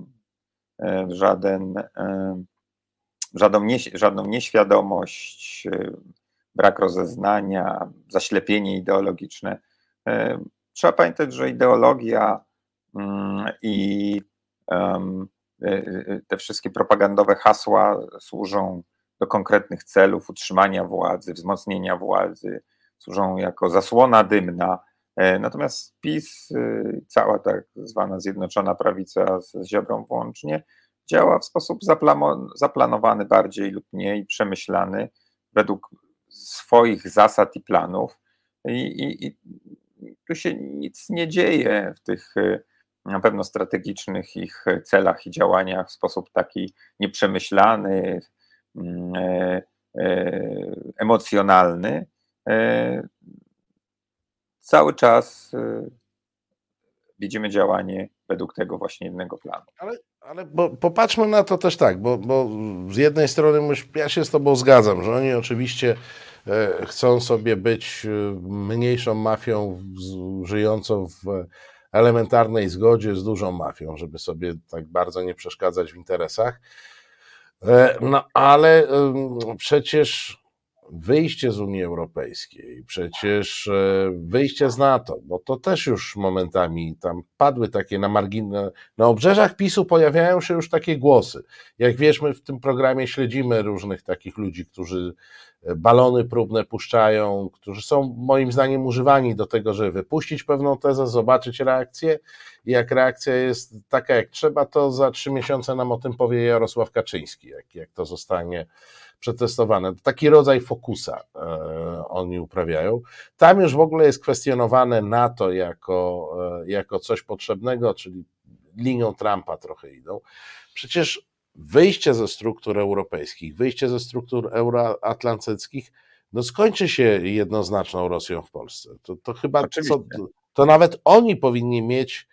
żadną nieświadomość, brak rozeznania, zaślepienie ideologiczne. Trzeba pamiętać, że ideologia i te wszystkie propagandowe hasła służą do konkretnych celów utrzymania władzy, wzmocnienia władzy, służą jako zasłona dymna. Natomiast PiS, cała tak zwana Zjednoczona Prawica z Ziobrą włącznie, działa w sposób zaplanowany bardziej lub mniej, przemyślany, według swoich zasad i planów. I tu się nic nie dzieje w tych na pewno strategicznych ich celach i działaniach w sposób taki nieprzemyślany, emocjonalny. Cały czas widzimy działanie według tego właśnie jednego planu. Ale popatrzmy na to też tak, bo z jednej strony ja się z tobą zgadzam, że oni oczywiście chcą sobie być mniejszą mafią żyjącą w elementarnej zgodzie z dużą mafią, żeby sobie tak bardzo nie przeszkadzać w interesach. No ale przecież wyjście z Unii Europejskiej, przecież wyjście z NATO, bo to też już momentami tam padły takie na obrzeżach PiS-u pojawiają się już takie głosy. Jak wiesz, my w tym programie śledzimy różnych takich ludzi, którzy balony próbne puszczają, którzy są moim zdaniem używani do tego, żeby wypuścić pewną tezę, zobaczyć reakcję i jak reakcja jest taka jak trzeba, to za 3 miesiące nam o tym powie Jarosław Kaczyński, jak to zostanie przetestowane. Taki rodzaj fokusa oni uprawiają. Tam już w ogóle jest kwestionowane NATO jako coś potrzebnego, czyli linią Trumpa trochę idą. Przecież wyjście ze struktur europejskich, wyjście ze struktur euroatlantyckich, no skończy się jednoznaczną Rosją w Polsce. To chyba to nawet oni powinni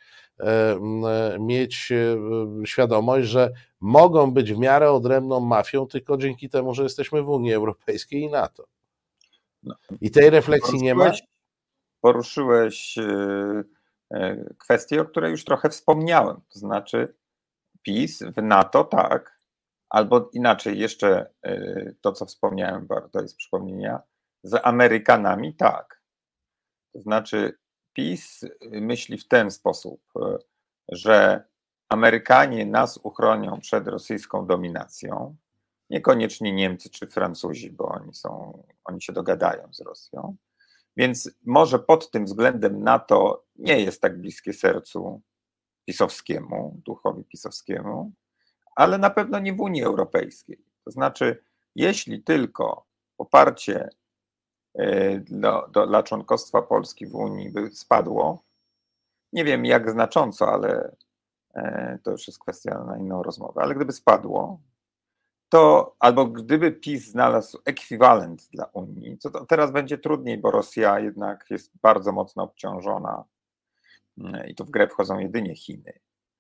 mieć świadomość, że mogą być w miarę odrębną mafią tylko dzięki temu, że jesteśmy w Unii Europejskiej i NATO. I tej refleksji nie ma? Poruszyłeś kwestię, o której już trochę wspomniałem, to znaczy PiS w NATO tak, albo inaczej jeszcze to, co wspomniałem, warto jest przypomnienia, z Amerykanami tak. To znaczy PiS myśli w ten sposób, że Amerykanie nas uchronią przed rosyjską dominacją, niekoniecznie Niemcy czy Francuzi, bo oni się dogadają z Rosją, więc może pod tym względem NATO nie jest tak bliskie sercu pisowskiemu, duchowi pisowskiemu, ale na pewno nie w Unii Europejskiej. To znaczy, jeśli tylko poparcie dla członkostwa Polski w Unii by spadło, nie wiem jak znacząco, ale to już jest kwestia na inną rozmowę, ale gdyby spadło, to albo gdyby PiS znalazł ekwiwalent dla Unii, to teraz będzie trudniej, bo Rosja jednak jest bardzo mocno obciążona i tu w grę wchodzą jedynie Chiny.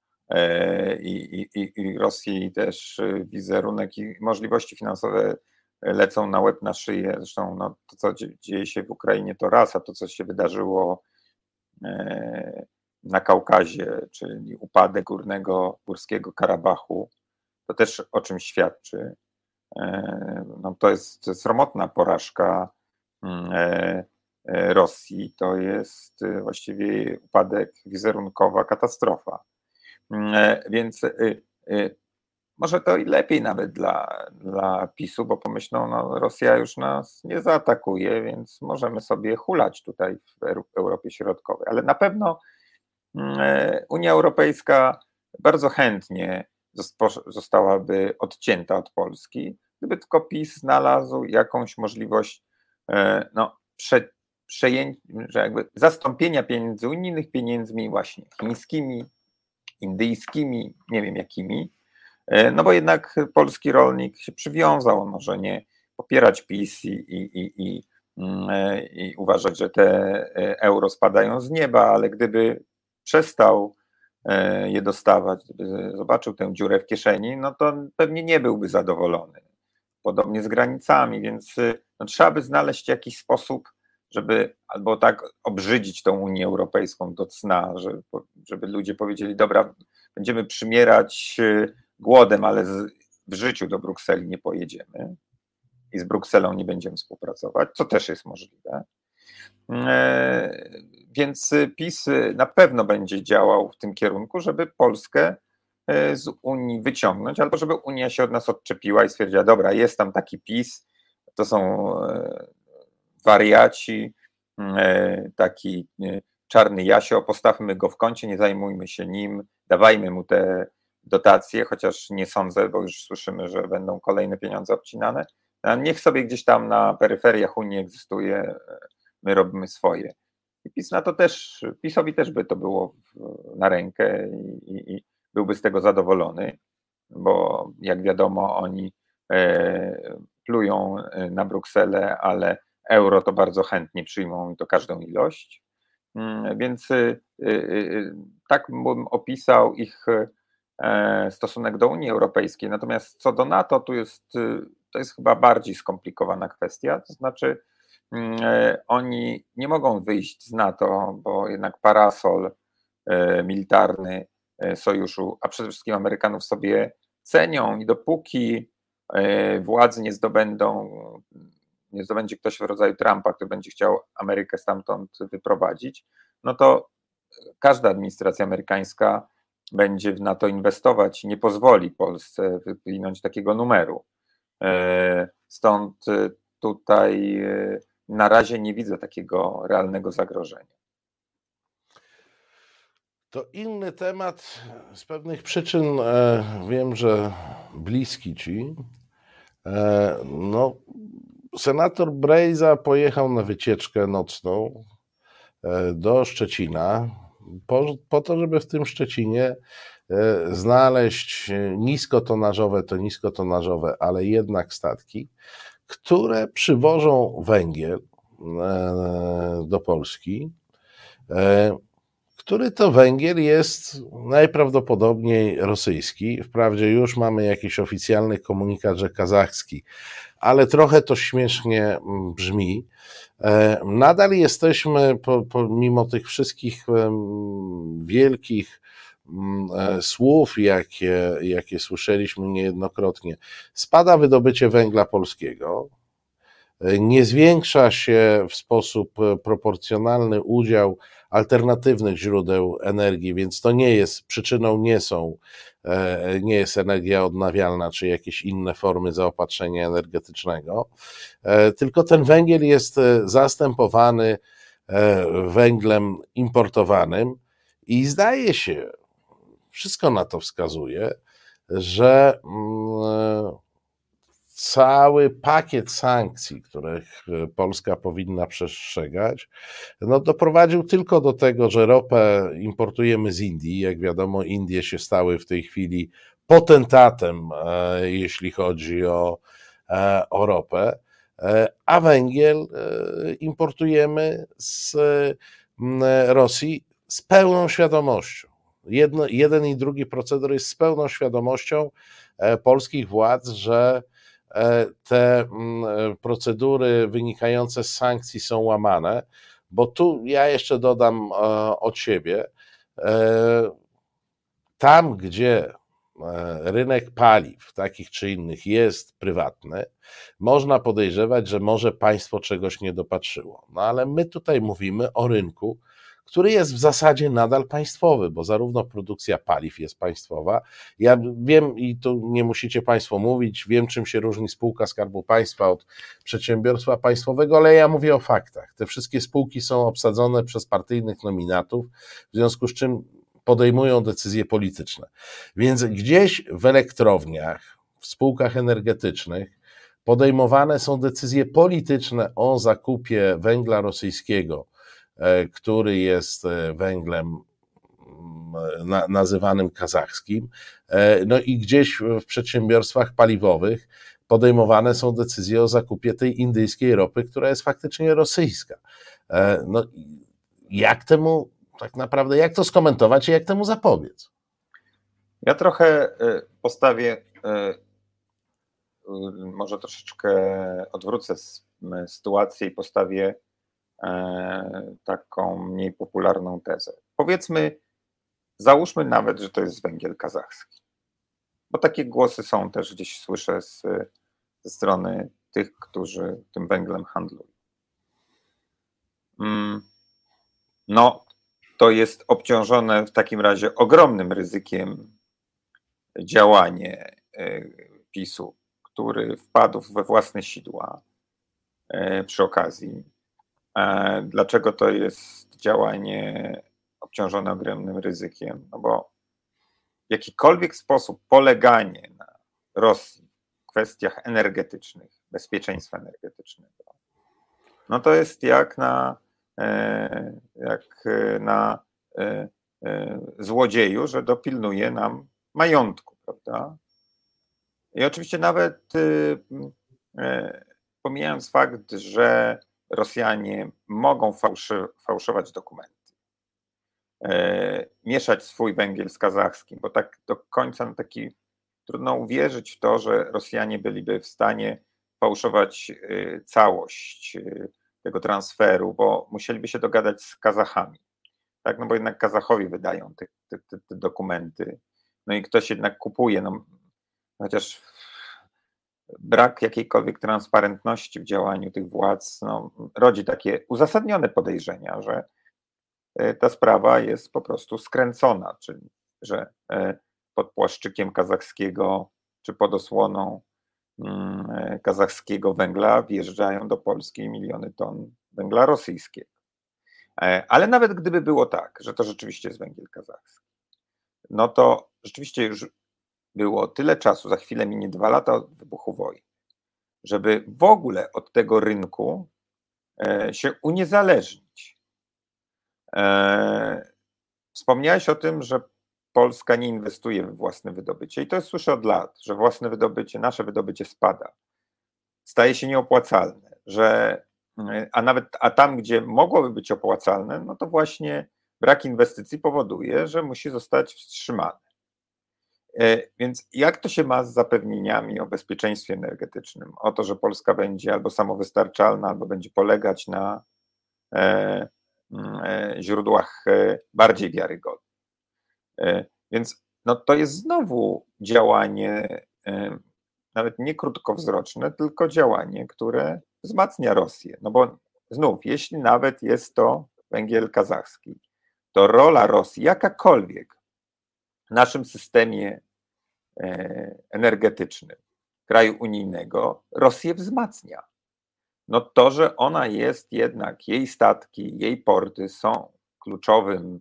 I Rosji też wizerunek i możliwości finansowe lecą na łeb, na szyję. Zresztą no, to, co dzieje się w Ukrainie, to raz, a to, co się wydarzyło na Kaukazie, czyli upadek Górskiego Karabachu, to też o czym świadczy. No, to jest sromotna porażka Rosji, to jest właściwie upadek wizerunkowa, katastrofa. Więc może to i lepiej nawet dla PiS-u, bo pomyślą, no Rosja już nas nie zaatakuje, więc możemy sobie hulać tutaj w Europie Środkowej. Ale na pewno Unia Europejska bardzo chętnie zostałaby odcięta od Polski, gdyby tylko PiS znalazł jakąś możliwość no, że jakby zastąpienia pieniędzy unijnych pieniędzmi właśnie chińskimi, indyjskimi, nie wiem jakimi, no bo jednak polski rolnik się przywiązał, on może nie popierać PiS i uważać, że te euro spadają z nieba, ale gdyby przestał je dostawać, gdyby zobaczył tę dziurę w kieszeni, no to pewnie nie byłby zadowolony. Podobnie z granicami, więc no, trzeba by znaleźć jakiś sposób, żeby albo tak obrzydzić tą Unię Europejską do cna, żeby ludzie powiedzieli, dobra, będziemy przymierać głodem, ale w życiu do Brukseli nie pojedziemy i z Brukselą nie będziemy współpracować, co też jest możliwe. Więc PiS na pewno będzie działał w tym kierunku, żeby Polskę z Unii wyciągnąć, albo żeby Unia się od nas odczepiła i stwierdziła, dobra, jest tam taki PiS, to są wariaci, taki czarny Jasio, postawmy go w kącie, nie zajmujmy się nim, dawajmy mu te dotacje, chociaż nie sądzę, bo już słyszymy, że będą kolejne pieniądze obcinane. Niech sobie gdzieś tam na peryferiach Unii egzystuje, my robimy swoje. I PiS na to też, PiS-owi też by to było na rękę i byłby z tego zadowolony, bo jak wiadomo oni plują na Brukselę, ale euro to bardzo chętnie przyjmą i to każdą ilość. Więc tak bym opisał ich stosunek do Unii Europejskiej. Natomiast co do NATO, to jest chyba bardziej skomplikowana kwestia, to znaczy oni nie mogą wyjść z NATO, bo jednak parasol militarny sojuszu, a przede wszystkim Amerykanów sobie cenią i dopóki władzy nie zdobędzie ktoś w rodzaju Trumpa, który będzie chciał Amerykę stamtąd wyprowadzić, no to każda administracja amerykańska będzie w NATO inwestować i nie pozwoli Polsce wypłynąć takiego numeru. Stąd tutaj na razie nie widzę takiego realnego zagrożenia. To inny temat. Z pewnych przyczyn wiem, że bliski ci. No, senator Brejza pojechał na wycieczkę nocną do Szczecina po to, żeby w tym Szczecinie znaleźć niskotonażowe, ale jednak statki, które przywożą węgiel do Polski, który to węgiel jest najprawdopodobniej rosyjski. Wprawdzie już mamy jakiś oficjalny komunikat, że kazachski, ale trochę to śmiesznie brzmi. Nadal jesteśmy, pomimo tych wszystkich wielkich słów, jakie słyszeliśmy niejednokrotnie, spada wydobycie węgla polskiego, nie zwiększa się w sposób proporcjonalny udział alternatywnych źródeł energii, więc to nie jest, przyczyną nie jest energia odnawialna, czy jakieś inne formy zaopatrzenia energetycznego, tylko ten węgiel jest zastępowany węglem importowanym i zdaje się, wszystko na to wskazuje, że cały pakiet sankcji, których Polska powinna przestrzegać, no doprowadził tylko do tego, że ropę importujemy z Indii. Jak wiadomo, Indie się stały w tej chwili potentatem, jeśli chodzi o ropę, a węgiel importujemy z Rosji z pełną świadomością. Jeden i drugi proceder jest z pełną świadomością polskich władz, że te procedury wynikające z sankcji są łamane, bo tu ja jeszcze dodam od siebie, tam gdzie rynek paliw takich czy innych jest prywatny, można podejrzewać, że może państwo czegoś nie dopatrzyło. No ale my tutaj mówimy o rynku, który jest w zasadzie nadal państwowy, bo zarówno produkcja paliw jest państwowa. Ja wiem, i tu nie musicie państwo mówić, wiem, czym się różni spółka Skarbu Państwa od przedsiębiorstwa państwowego, ale ja mówię o faktach. Te wszystkie spółki są obsadzone przez partyjnych nominatów, w związku z czym podejmują decyzje polityczne. Więc gdzieś w elektrowniach, w spółkach energetycznych podejmowane są decyzje polityczne o zakupie węgla rosyjskiego, który jest węglem nazywanym kazachskim. No i gdzieś w przedsiębiorstwach paliwowych podejmowane są decyzje o zakupie tej indyjskiej ropy, która jest faktycznie rosyjska. No, jak temu tak naprawdę, jak to skomentować i jak temu zapobiec? Ja trochę postawię, może troszeczkę odwrócę sytuację i postawię taką mniej popularną tezę. Powiedzmy, załóżmy nawet, że to jest węgiel kazachski, bo takie głosy są też, gdzieś słyszę ze strony tych, którzy tym węglem handlują. No, to jest obciążone w takim razie ogromnym ryzykiem działanie PiS-u, który wpadł we własne sidła przy okazji. Dlaczego to jest działanie obciążone ogromnym ryzykiem? No bo w jakikolwiek sposób poleganie na Rosji w kwestiach energetycznych, bezpieczeństwa energetycznego, no to jest jak na złodzieju, że dopilnuje nam majątku, prawda? I oczywiście nawet pomijając fakt, że Rosjanie mogą fałszować dokumenty, mieszać swój węgiel z kazachskim, bo tak do końca trudno uwierzyć w to, że Rosjanie byliby w stanie fałszować całość tego transferu, bo musieliby się dogadać z Kazachami. Tak, no bo jednak Kazachowie wydają te dokumenty, no i ktoś jednak kupuje, no chociaż brak jakiejkolwiek transparentności w działaniu tych władz no, rodzi takie uzasadnione podejrzenia, że ta sprawa jest po prostu skręcona, czyli że pod płaszczykiem kazachskiego czy pod osłoną kazachskiego węgla wjeżdżają do Polski miliony ton węgla rosyjskiego. Ale nawet gdyby było tak, że to rzeczywiście jest węgiel kazachski, no to rzeczywiście już było tyle czasu, za chwilę minie 2 lata od wybuchu wojny, żeby w ogóle od tego rynku się uniezależnić. Wspomniałeś o tym, że Polska nie inwestuje we własne wydobycie i to jest, słyszę od lat, że własne wydobycie, nasze wydobycie spada, staje się nieopłacalne, a tam, gdzie mogłoby być opłacalne, no to właśnie brak inwestycji powoduje, że musi zostać wstrzymane. Więc jak to się ma z zapewnieniami o bezpieczeństwie energetycznym? O to, że Polska będzie albo samowystarczalna, albo będzie polegać na źródłach bardziej wiarygodnych. Więc no, to jest znowu działanie nawet nie krótkowzroczne, tylko działanie, które wzmacnia Rosję. No bo znów, jeśli nawet jest to węgiel kazachski, to rola Rosji, jakakolwiek w naszym systemie energetycznym kraju unijnego, Rosję wzmacnia. No to, że ona jest jednak, jej statki, jej porty są kluczowym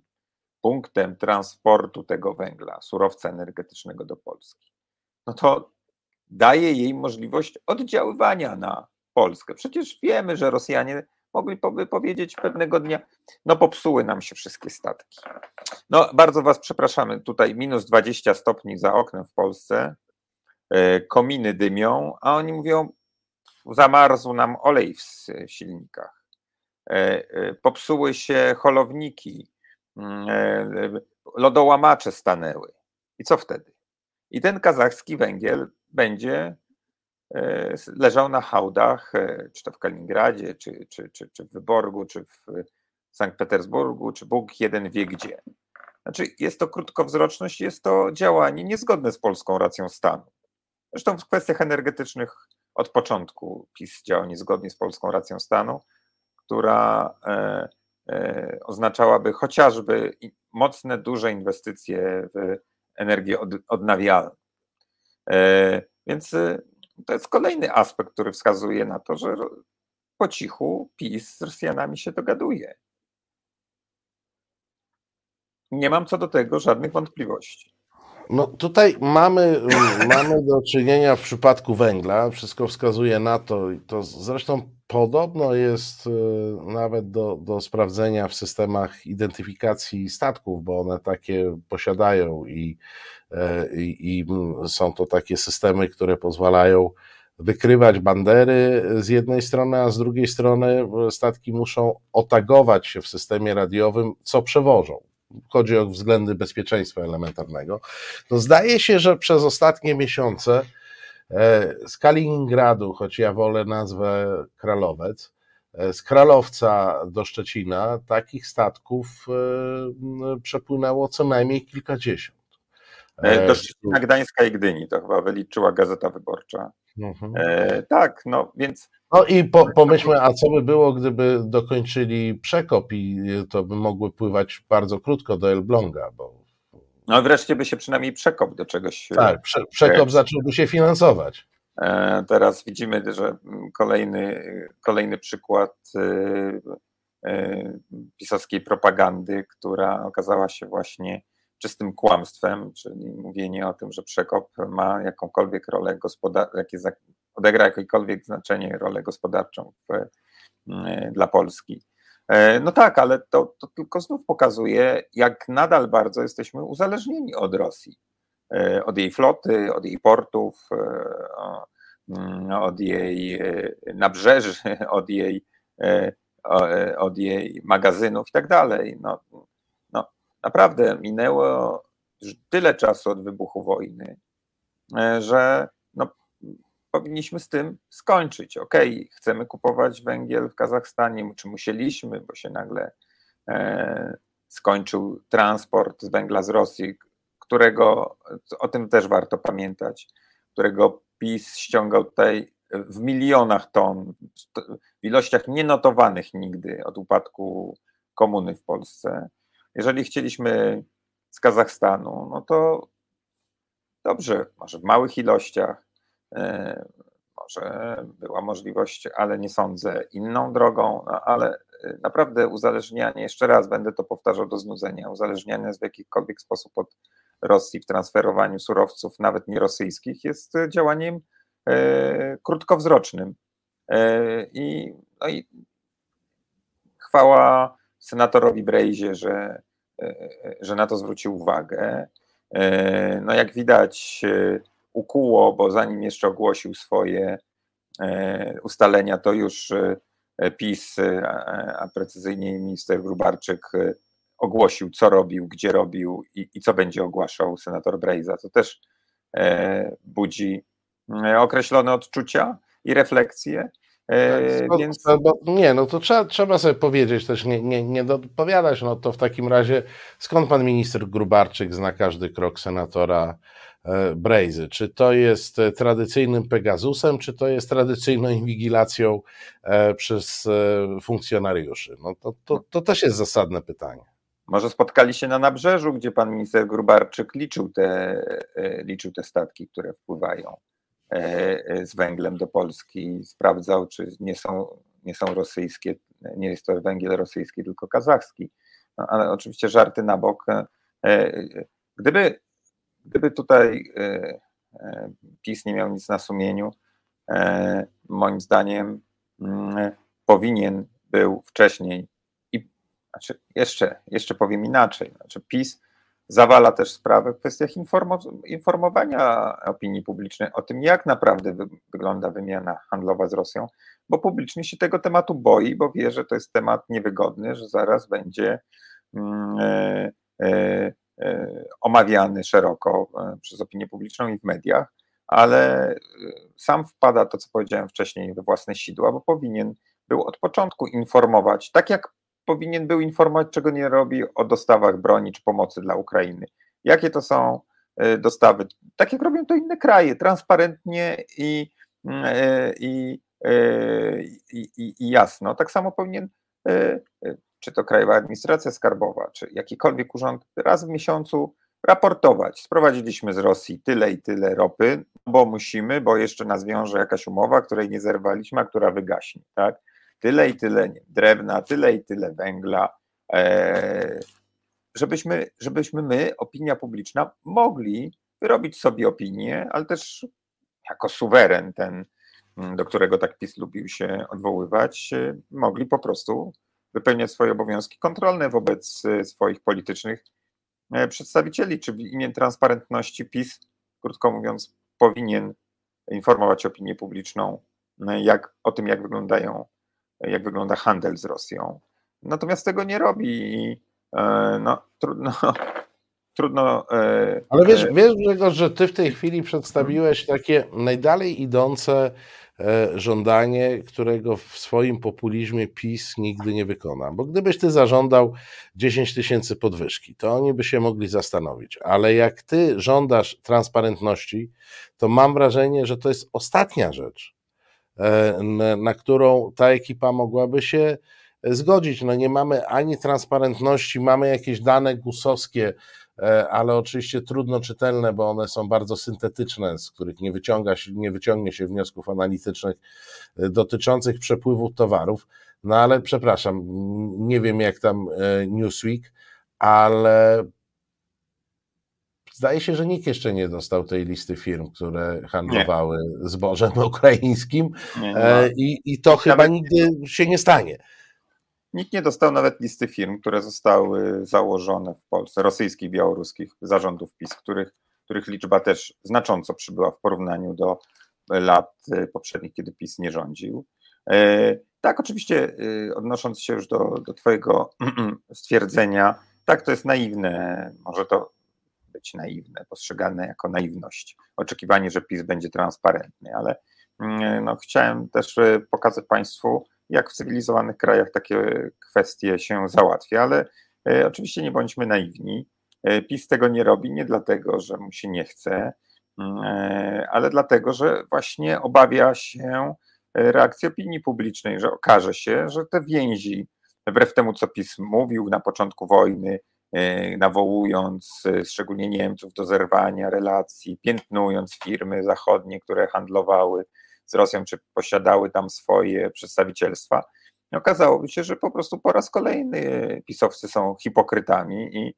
punktem transportu tego węgla, surowca energetycznego do Polski, no to daje jej możliwość oddziaływania na Polskę. Przecież wiemy, że Rosjanie mogliby powiedzieć pewnego dnia, no popsuły nam się wszystkie statki. No bardzo was przepraszamy, tutaj minus 20 stopni za oknem w Polsce, kominy dymią, a oni mówią, zamarzł nam olej w silnikach, popsuły się holowniki, lodołamacze stanęły. I co wtedy? I ten kazachski węgiel będzie leżał na hałdach, czy to w Kaliningradzie, czy w Wyborgu, czy w Sankt Petersburgu, czy Bóg jeden wie gdzie. Znaczy jest to krótkowzroczność, jest to działanie niezgodne z polską racją stanu. Zresztą w kwestiach energetycznych od początku PiS działa niezgodnie z polską racją stanu, która oznaczałaby chociażby mocne, duże inwestycje w energię odnawialną. Więc to jest kolejny aspekt, który wskazuje na to, że po cichu PiS z Rosjanami się dogaduje. Nie mam co do tego żadnych wątpliwości. No tutaj mamy do czynienia w przypadku węgla, wszystko wskazuje na to, i to zresztą podobno jest nawet do sprawdzenia w systemach identyfikacji statków, bo one takie posiadają i są to takie systemy, które pozwalają wykrywać bandery z jednej strony, a z drugiej strony statki muszą otagować się w systemie radiowym, co przewożą. Chodzi o względy bezpieczeństwa elementarnego. No zdaje się, że przez ostatnie miesiące z Kaliningradu, choć ja wolę nazwę Kralowec, z Kralowca do Szczecina takich statków przepłynęło co najmniej kilkadziesiąt. Do Szczecina, Gdańska i Gdyni, to chyba wyliczyła Gazeta Wyborcza. Tak, no więc... No i pomyślmy, a co by było, gdyby dokończyli przekop i to by mogły pływać bardzo krótko do Elbląga, bo... No wreszcie by się przynajmniej przekop do czegoś... Tak, przekop zacząłby się finansować. Teraz widzimy, że kolejny przykład pisowskiej propagandy, która okazała się właśnie czystym kłamstwem, czyli mówienie o tym, że przekop ma jakąkolwiek rolę odegra jakiekolwiek znaczenie, rolę gospodarczą dla Polski. No tak, ale to tylko znów pokazuje, jak nadal bardzo jesteśmy uzależnieni od Rosji. Od jej floty, od jej portów, od jej nabrzeży, od jej magazynów i tak dalej. No, naprawdę minęło już tyle czasu od wybuchu wojny, że no, powinniśmy z tym skończyć. Okej, chcemy kupować węgiel w Kazachstanie, czy musieliśmy, bo się nagle skończył transport z węgla z Rosji, którego, o tym też warto pamiętać, którego PiS ściągał tutaj w milionach ton, w ilościach nienotowanych nigdy od upadku komuny w Polsce. Jeżeli chcieliśmy z Kazachstanu, no to dobrze, może w małych ilościach, może była możliwość, ale nie sądzę, inną drogą, no ale naprawdę uzależnianie, jeszcze raz będę to powtarzał do znudzenia, uzależnianie w jakikolwiek sposób od Rosji w transferowaniu surowców, nawet nie rosyjskich, jest działaniem krótkowzrocznym. I chwała senatorowi Brejzie, że na to zwrócił uwagę. No jak widać ukuło, bo zanim jeszcze ogłosił swoje ustalenia, to już PiS, a precyzyjniej minister Gróbarczyk ogłosił, co robił, gdzie robił i co będzie ogłaszał senator Brejza. To też budzi określone odczucia i refleksje. Więc... No to trzeba sobie powiedzieć, też nie dopowiadać, no to w takim razie skąd pan minister Gróbarczyk zna każdy krok senatora Brejzy? Czy to jest tradycyjnym Pegasusem, czy to jest tradycyjną inwigilacją przez funkcjonariuszy? No to też jest zasadne pytanie. Może spotkali się na Nabrzeżu, gdzie pan minister Gróbarczyk liczył te statki, które wpływają z węglem do Polski, sprawdzał, czy nie są rosyjskie, nie jest to węgiel rosyjski, tylko kazachski. No, ale oczywiście żarty na bok. Gdyby tutaj PiS nie miał nic na sumieniu. Moim zdaniem powinien był wcześniej znaczy jeszcze powiem inaczej, PiS zawala też sprawę w kwestiach informowania opinii publicznej o tym, jak naprawdę wygląda wymiana handlowa z Rosją, bo publicznie się tego tematu boi, bo wie, że to jest temat niewygodny, że zaraz będzie omawiany szeroko przez opinię publiczną i w mediach, ale sam wpada, to co powiedziałem wcześniej, we własne sidła, bo powinien był od początku informować, tak jak powinien był informować, czego nie robi, o dostawach broni czy pomocy dla Ukrainy. Jakie to są dostawy? Tak jak robią to inne kraje, transparentnie i jasno. Tak samo powinien, czy to Krajowa Administracja Skarbowa, czy jakikolwiek urząd, raz w miesiącu raportować. Sprowadziliśmy z Rosji tyle i tyle ropy, bo musimy, bo jeszcze nas wiąże jakaś umowa, której nie zerwaliśmy, a która wygaśnie, tak? Tyle i tyle drewna, tyle i tyle węgla, żebyśmy my, opinia publiczna, mogli wyrobić sobie opinię, ale też jako suweren ten, do którego tak PiS lubił się odwoływać, mogli po prostu wypełniać swoje obowiązki kontrolne wobec swoich politycznych przedstawicieli, czy w imię transparentności PiS, krótko mówiąc, powinien informować opinię publiczną o tym, jak wygląda handel z Rosją. Natomiast tego nie robi i trudno. Ale wiesz Grzegorz, że ty w tej chwili przedstawiłeś takie najdalej idące żądanie, którego w swoim populizmie PiS nigdy nie wykona. Bo gdybyś ty zażądał 10 000 podwyżki, to oni by się mogli zastanowić. Ale jak ty żądasz transparentności, to mam wrażenie, że to jest ostatnia rzecz, na którą ta ekipa mogłaby się zgodzić. No nie mamy ani transparentności, mamy jakieś dane GUS-owskie, ale oczywiście trudno czytelne, bo one są bardzo syntetyczne, z których nie wyciągnie się wniosków analitycznych dotyczących przepływu towarów. No ale przepraszam, nie wiem jak tam Newsweek, ale zdaje się, że nikt jeszcze nie dostał tej listy firm, które handlowały zbożem ukraińskim i to chyba nigdy się nie stanie. Nikt nie dostał nawet listy firm, które zostały założone w Polsce, rosyjskich, białoruskich zarządów PiS, których liczba też znacząco przybyła w porównaniu do lat poprzednich, kiedy PiS nie rządził. Tak, oczywiście odnosząc się już do twojego stwierdzenia, tak, to jest naiwne, może to być naiwne, postrzegane jako naiwność, oczekiwanie, że PiS będzie transparentny, ale chciałem też pokazać Państwu, jak w cywilizowanych krajach takie kwestie się załatwia, ale oczywiście nie bądźmy naiwni. PiS tego nie robi nie dlatego, że mu się nie chce, ale dlatego, że właśnie obawia się reakcji opinii publicznej, że okaże się, że te więzi, wbrew temu, co PiS mówił na początku wojny, nawołując szczególnie Niemców do zerwania relacji, piętnując firmy zachodnie, które handlowały z Rosją, czy posiadały tam swoje przedstawicielstwa, okazałoby się, że po prostu po raz kolejny pisowcy są hipokrytami i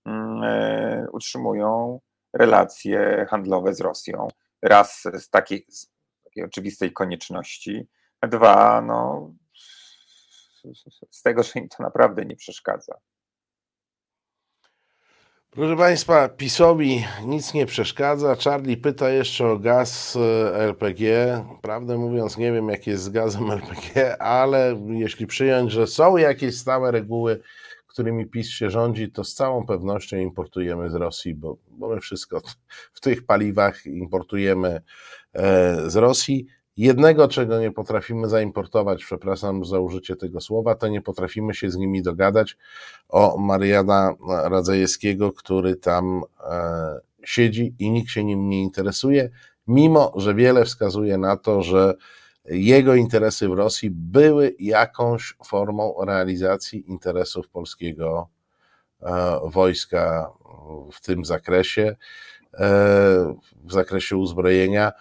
utrzymują relacje handlowe z Rosją. Raz z takiej oczywistej konieczności, a dwa, z tego, że im to naprawdę nie przeszkadza. Proszę Państwa, PiS-owi nic nie przeszkadza. Charlie pyta jeszcze o gaz LPG. Prawdę mówiąc, nie wiem, jak jest z gazem LPG, ale jeśli przyjąć, że są jakieś stałe reguły, którymi PiS się rządzi, to z całą pewnością importujemy z Rosji, bo my wszystko w tych paliwach importujemy z Rosji. Jednego, czego nie potrafimy zaimportować, przepraszam za użycie tego słowa, to nie potrafimy się z nimi dogadać o Mariana Radzajewskiego, który tam siedzi i nikt się nim nie interesuje, mimo że wiele wskazuje na to, że jego interesy w Rosji były jakąś formą realizacji interesów polskiego wojska w tym zakresie, w zakresie uzbrojenia.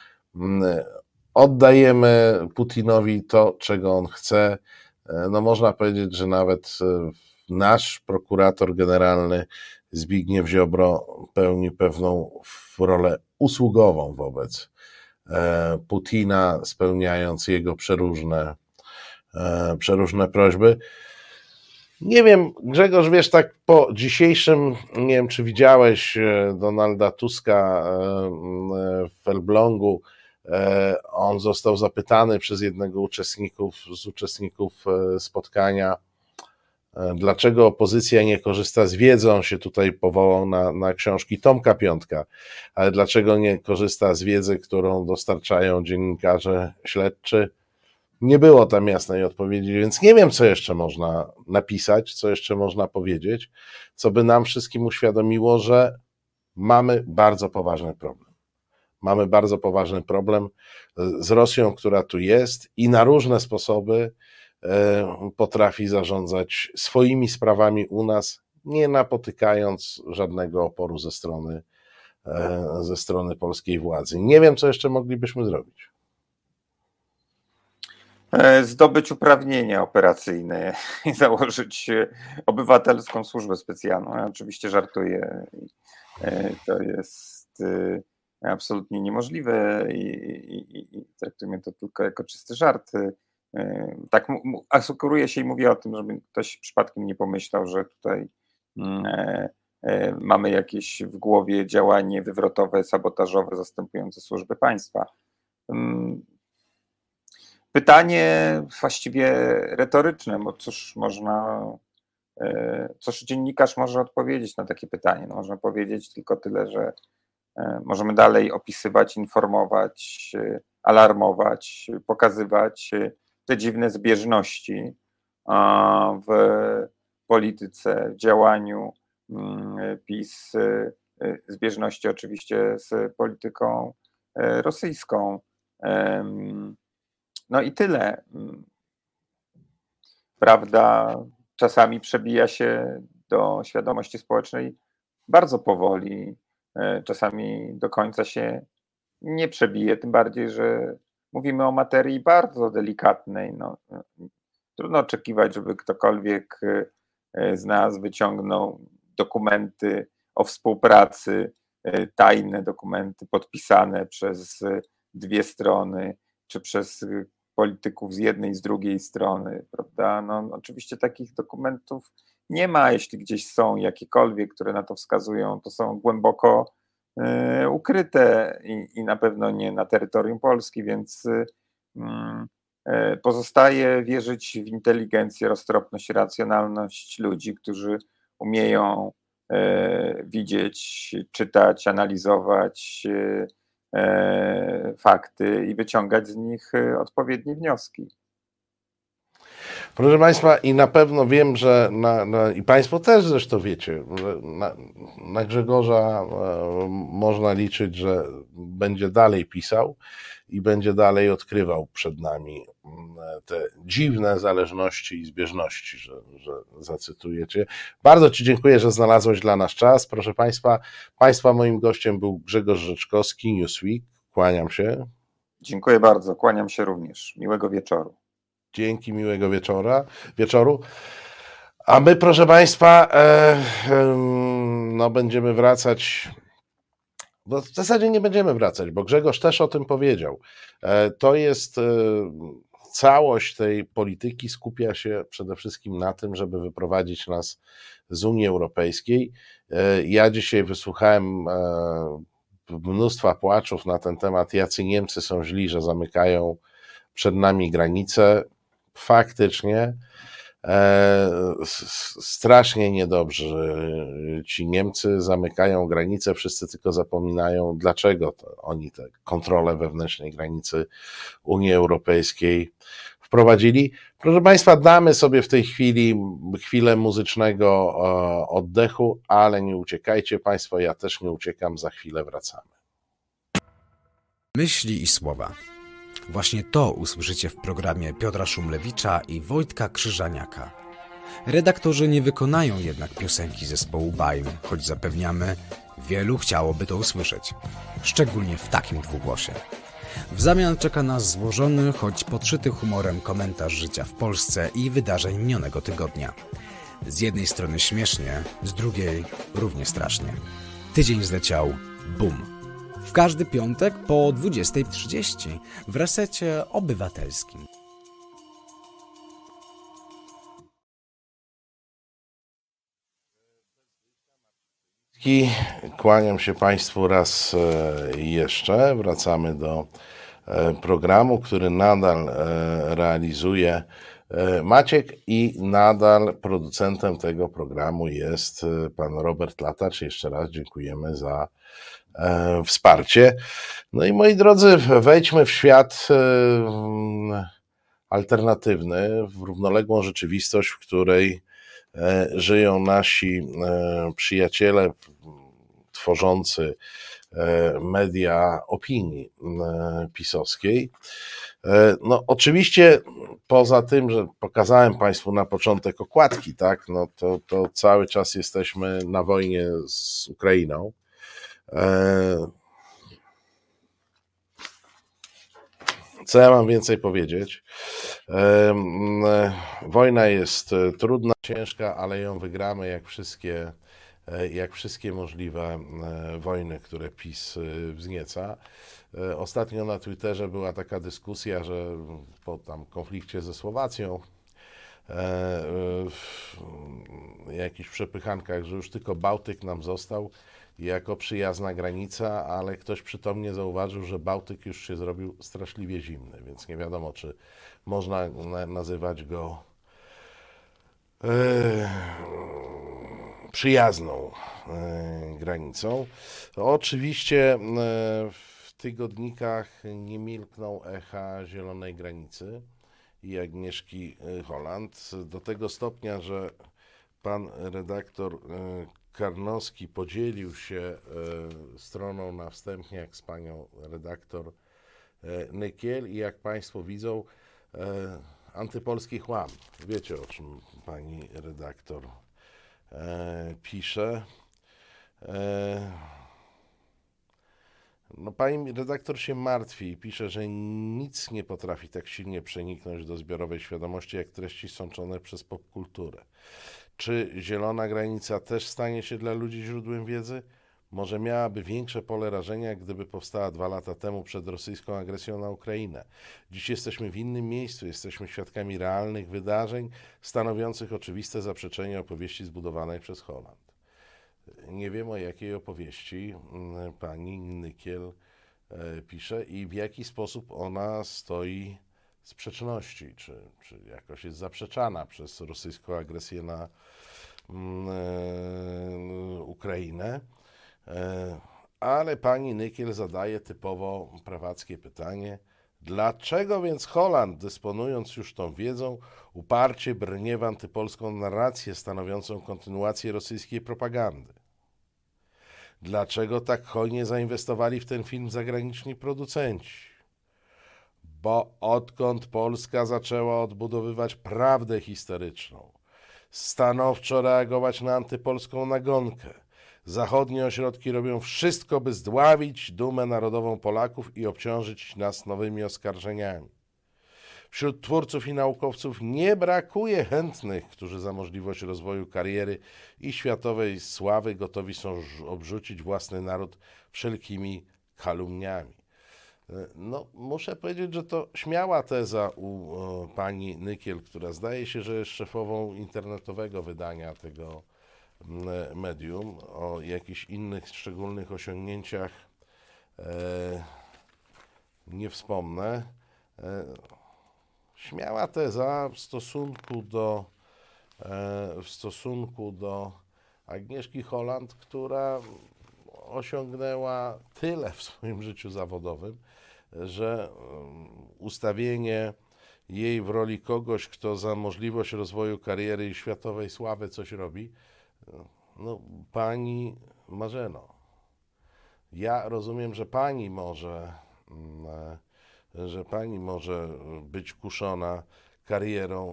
Oddajemy Putinowi to, czego on chce. Można powiedzieć, że nawet nasz prokurator generalny Zbigniew Ziobro pełni pewną rolę usługową wobec Putina, spełniając jego przeróżne prośby. Nie wiem, Grzegorz, wiesz, tak po dzisiejszym, nie wiem, czy widziałeś Donalda Tuska w Elblągu, on został zapytany przez jednego z uczestników spotkania, dlaczego opozycja nie korzysta z wiedzy. On się tutaj powołał na książki Tomka Piątka, ale dlaczego nie korzysta z wiedzy, którą dostarczają dziennikarze śledczy? Nie było tam jasnej odpowiedzi, więc nie wiem, co jeszcze można napisać, co jeszcze można powiedzieć, co by nam wszystkim uświadomiło, że mamy bardzo poważny problem. Mamy bardzo poważny problem z Rosją, która tu jest i na różne sposoby potrafi zarządzać swoimi sprawami u nas, nie napotykając żadnego oporu ze strony polskiej władzy. Nie wiem, co jeszcze moglibyśmy zrobić. Zdobyć uprawnienia operacyjne i założyć obywatelską służbę specjalną. Ja oczywiście żartuję. To jest absolutnie niemożliwe i traktujemy to tylko jako czysty żart. Tak asukuruję się i mówię o tym, żeby ktoś przypadkiem nie pomyślał, że tutaj mamy jakieś w głowie działanie wywrotowe, sabotażowe zastępujące służby państwa. Pytanie właściwie retoryczne, bo cóż dziennikarz może odpowiedzieć na takie pytanie? No, można powiedzieć tylko tyle, że możemy dalej opisywać, informować, alarmować, pokazywać te dziwne zbieżności w polityce, w działaniu PiS, zbieżności oczywiście z polityką rosyjską. No i tyle. Prawda czasami przebija się do świadomości społecznej bardzo powoli, czasami do końca się nie przebije, tym bardziej, że mówimy o materii bardzo delikatnej. No, trudno oczekiwać, żeby ktokolwiek z nas wyciągnął dokumenty o współpracy, tajne dokumenty podpisane przez dwie strony, czy przez polityków z jednej i z drugiej strony, prawda? No, oczywiście takich dokumentów nie ma, jeśli gdzieś są jakiekolwiek, które na to wskazują, to są głęboko ukryte i na pewno nie na terytorium Polski, więc pozostaje wierzyć w inteligencję, roztropność i racjonalność ludzi, którzy umieją widzieć, czytać, analizować fakty i wyciągać z nich odpowiednie wnioski. Proszę Państwa, i na pewno wiem, że i Państwo też zresztą wiecie, że na Grzegorza można liczyć, że będzie dalej pisał i będzie dalej odkrywał przed nami te dziwne zależności i zbieżności, że zacytuję Cię. Bardzo Ci dziękuję, że znalazłeś dla nas czas. Proszę Państwa, moim gościem był Grzegorz Rzeczkowski, Newsweek. Kłaniam się. Dziękuję bardzo, kłaniam się również. Miłego wieczoru. Dzięki, miłego wieczoru. A my, proszę Państwa, będziemy wracać, bo w zasadzie nie będziemy wracać, bo Grzegorz też o tym powiedział. To jest całość tej polityki skupia się przede wszystkim na tym, żeby wyprowadzić nas z Unii Europejskiej. Ja dzisiaj wysłuchałem mnóstwa płaczów na ten temat, jacy Niemcy są źli, że zamykają przed nami granice. Faktycznie strasznie niedobrze ci Niemcy zamykają granice, wszyscy tylko zapominają, dlaczego to oni te kontrole wewnętrznej granicy Unii Europejskiej wprowadzili. Proszę Państwa, damy sobie w tej chwili chwilę muzycznego oddechu, ale nie uciekajcie Państwo, ja też nie uciekam, za chwilę wracamy. Myśli i słowa. Właśnie to usłyszycie w programie Piotra Szumlewicza i Wojtka Krzyżaniaka. Redaktorzy nie wykonają jednak piosenki zespołu Baim, choć zapewniamy, wielu chciałoby to usłyszeć. Szczególnie w takim dwugłosie. W zamian czeka nas złożony, choć podszyty humorem komentarz życia w Polsce i wydarzeń minionego tygodnia. Z jednej strony śmiesznie, z drugiej równie strasznie. Tydzień zleciał, bum. W każdy piątek po 20:30 w Resecie Obywatelskim. Kłaniam się Państwu raz jeszcze. Wracamy do programu, który nadal realizuje Maciek i nadal producentem tego programu jest pan Robert Latacz. Jeszcze raz dziękujemy za wsparcie. No i moi drodzy, wejdźmy w świat alternatywny, w równoległą rzeczywistość, w której żyją nasi przyjaciele tworzący media opinii pisowskiej. No oczywiście poza tym, że pokazałem Państwu na początek okładki, tak, no to cały czas jesteśmy na wojnie z Ukrainą. Co ja mam więcej powiedzieć? Wojna jest trudna, ciężka, ale ją wygramy jak wszystkie możliwe wojny, które PiS wznieca. Ostatnio na Twitterze była taka dyskusja, że po tam konflikcie ze Słowacją, jakichś przepychankach, że już tylko Bałtyk nam został jako przyjazna granica, ale ktoś przytomnie zauważył, że Bałtyk już się zrobił straszliwie zimny, więc nie wiadomo, czy można nazywać go przyjazną granicą. Oczywiście w tygodnikach nie milkną echa Zielonej Granicy i Agnieszki Holland do tego stopnia, że pan redaktor Karnowski podzielił się stroną na wstępniak z panią redaktor Nykiel i jak Państwo widzą, antypolski chłam. Wiecie, o czym pani redaktor pisze. No, pani redaktor się martwi i pisze, że nic nie potrafi tak silnie przeniknąć do zbiorowej świadomości, jak treści sączone przez popkulturę. Czy Zielona Granica też stanie się dla ludzi źródłem wiedzy? Może miałaby większe pole rażenia, gdyby powstała 2 lata temu przed rosyjską agresją na Ukrainę. Dziś jesteśmy w innym miejscu, jesteśmy świadkami realnych wydarzeń, stanowiących oczywiste zaprzeczenie opowieści zbudowanej przez Holland. Nie wiem, o jakiej opowieści pani Nykiel pisze i w jaki sposób ona stoi w sprzeczności, czy jakoś jest zaprzeczana przez rosyjską agresję na Ukrainę. Ale pani Nykiel zadaje typowo prawackie pytanie: dlaczego więc Holland, dysponując już tą wiedzą, uparcie brnie w antypolską narrację stanowiącą kontynuację rosyjskiej propagandy? Dlaczego tak hojnie zainwestowali w ten film zagraniczni producenci? Bo odkąd Polska zaczęła odbudowywać prawdę historyczną, stanowczo reagować na antypolską nagonkę, zachodnie ośrodki robią wszystko, by zdławić dumę narodową Polaków i obciążyć nas nowymi oskarżeniami. Wśród twórców i naukowców nie brakuje chętnych, którzy za możliwość rozwoju kariery i światowej sławy gotowi są obrzucić własny naród wszelkimi kalumniami. No, muszę powiedzieć, że to śmiała teza u pani Nykiel, która zdaje się, że jest szefową internetowego wydania tego medium. O jakichś innych szczególnych osiągnięciach nie wspomnę. Śmiała teza w stosunku do Agnieszki Holland, która osiągnęła tyle w swoim życiu zawodowym, że ustawienie jej w roli kogoś, kto za możliwość rozwoju kariery i światowej sławy coś robi, no pani Marzeno, ja rozumiem, że pani może być kuszona karierą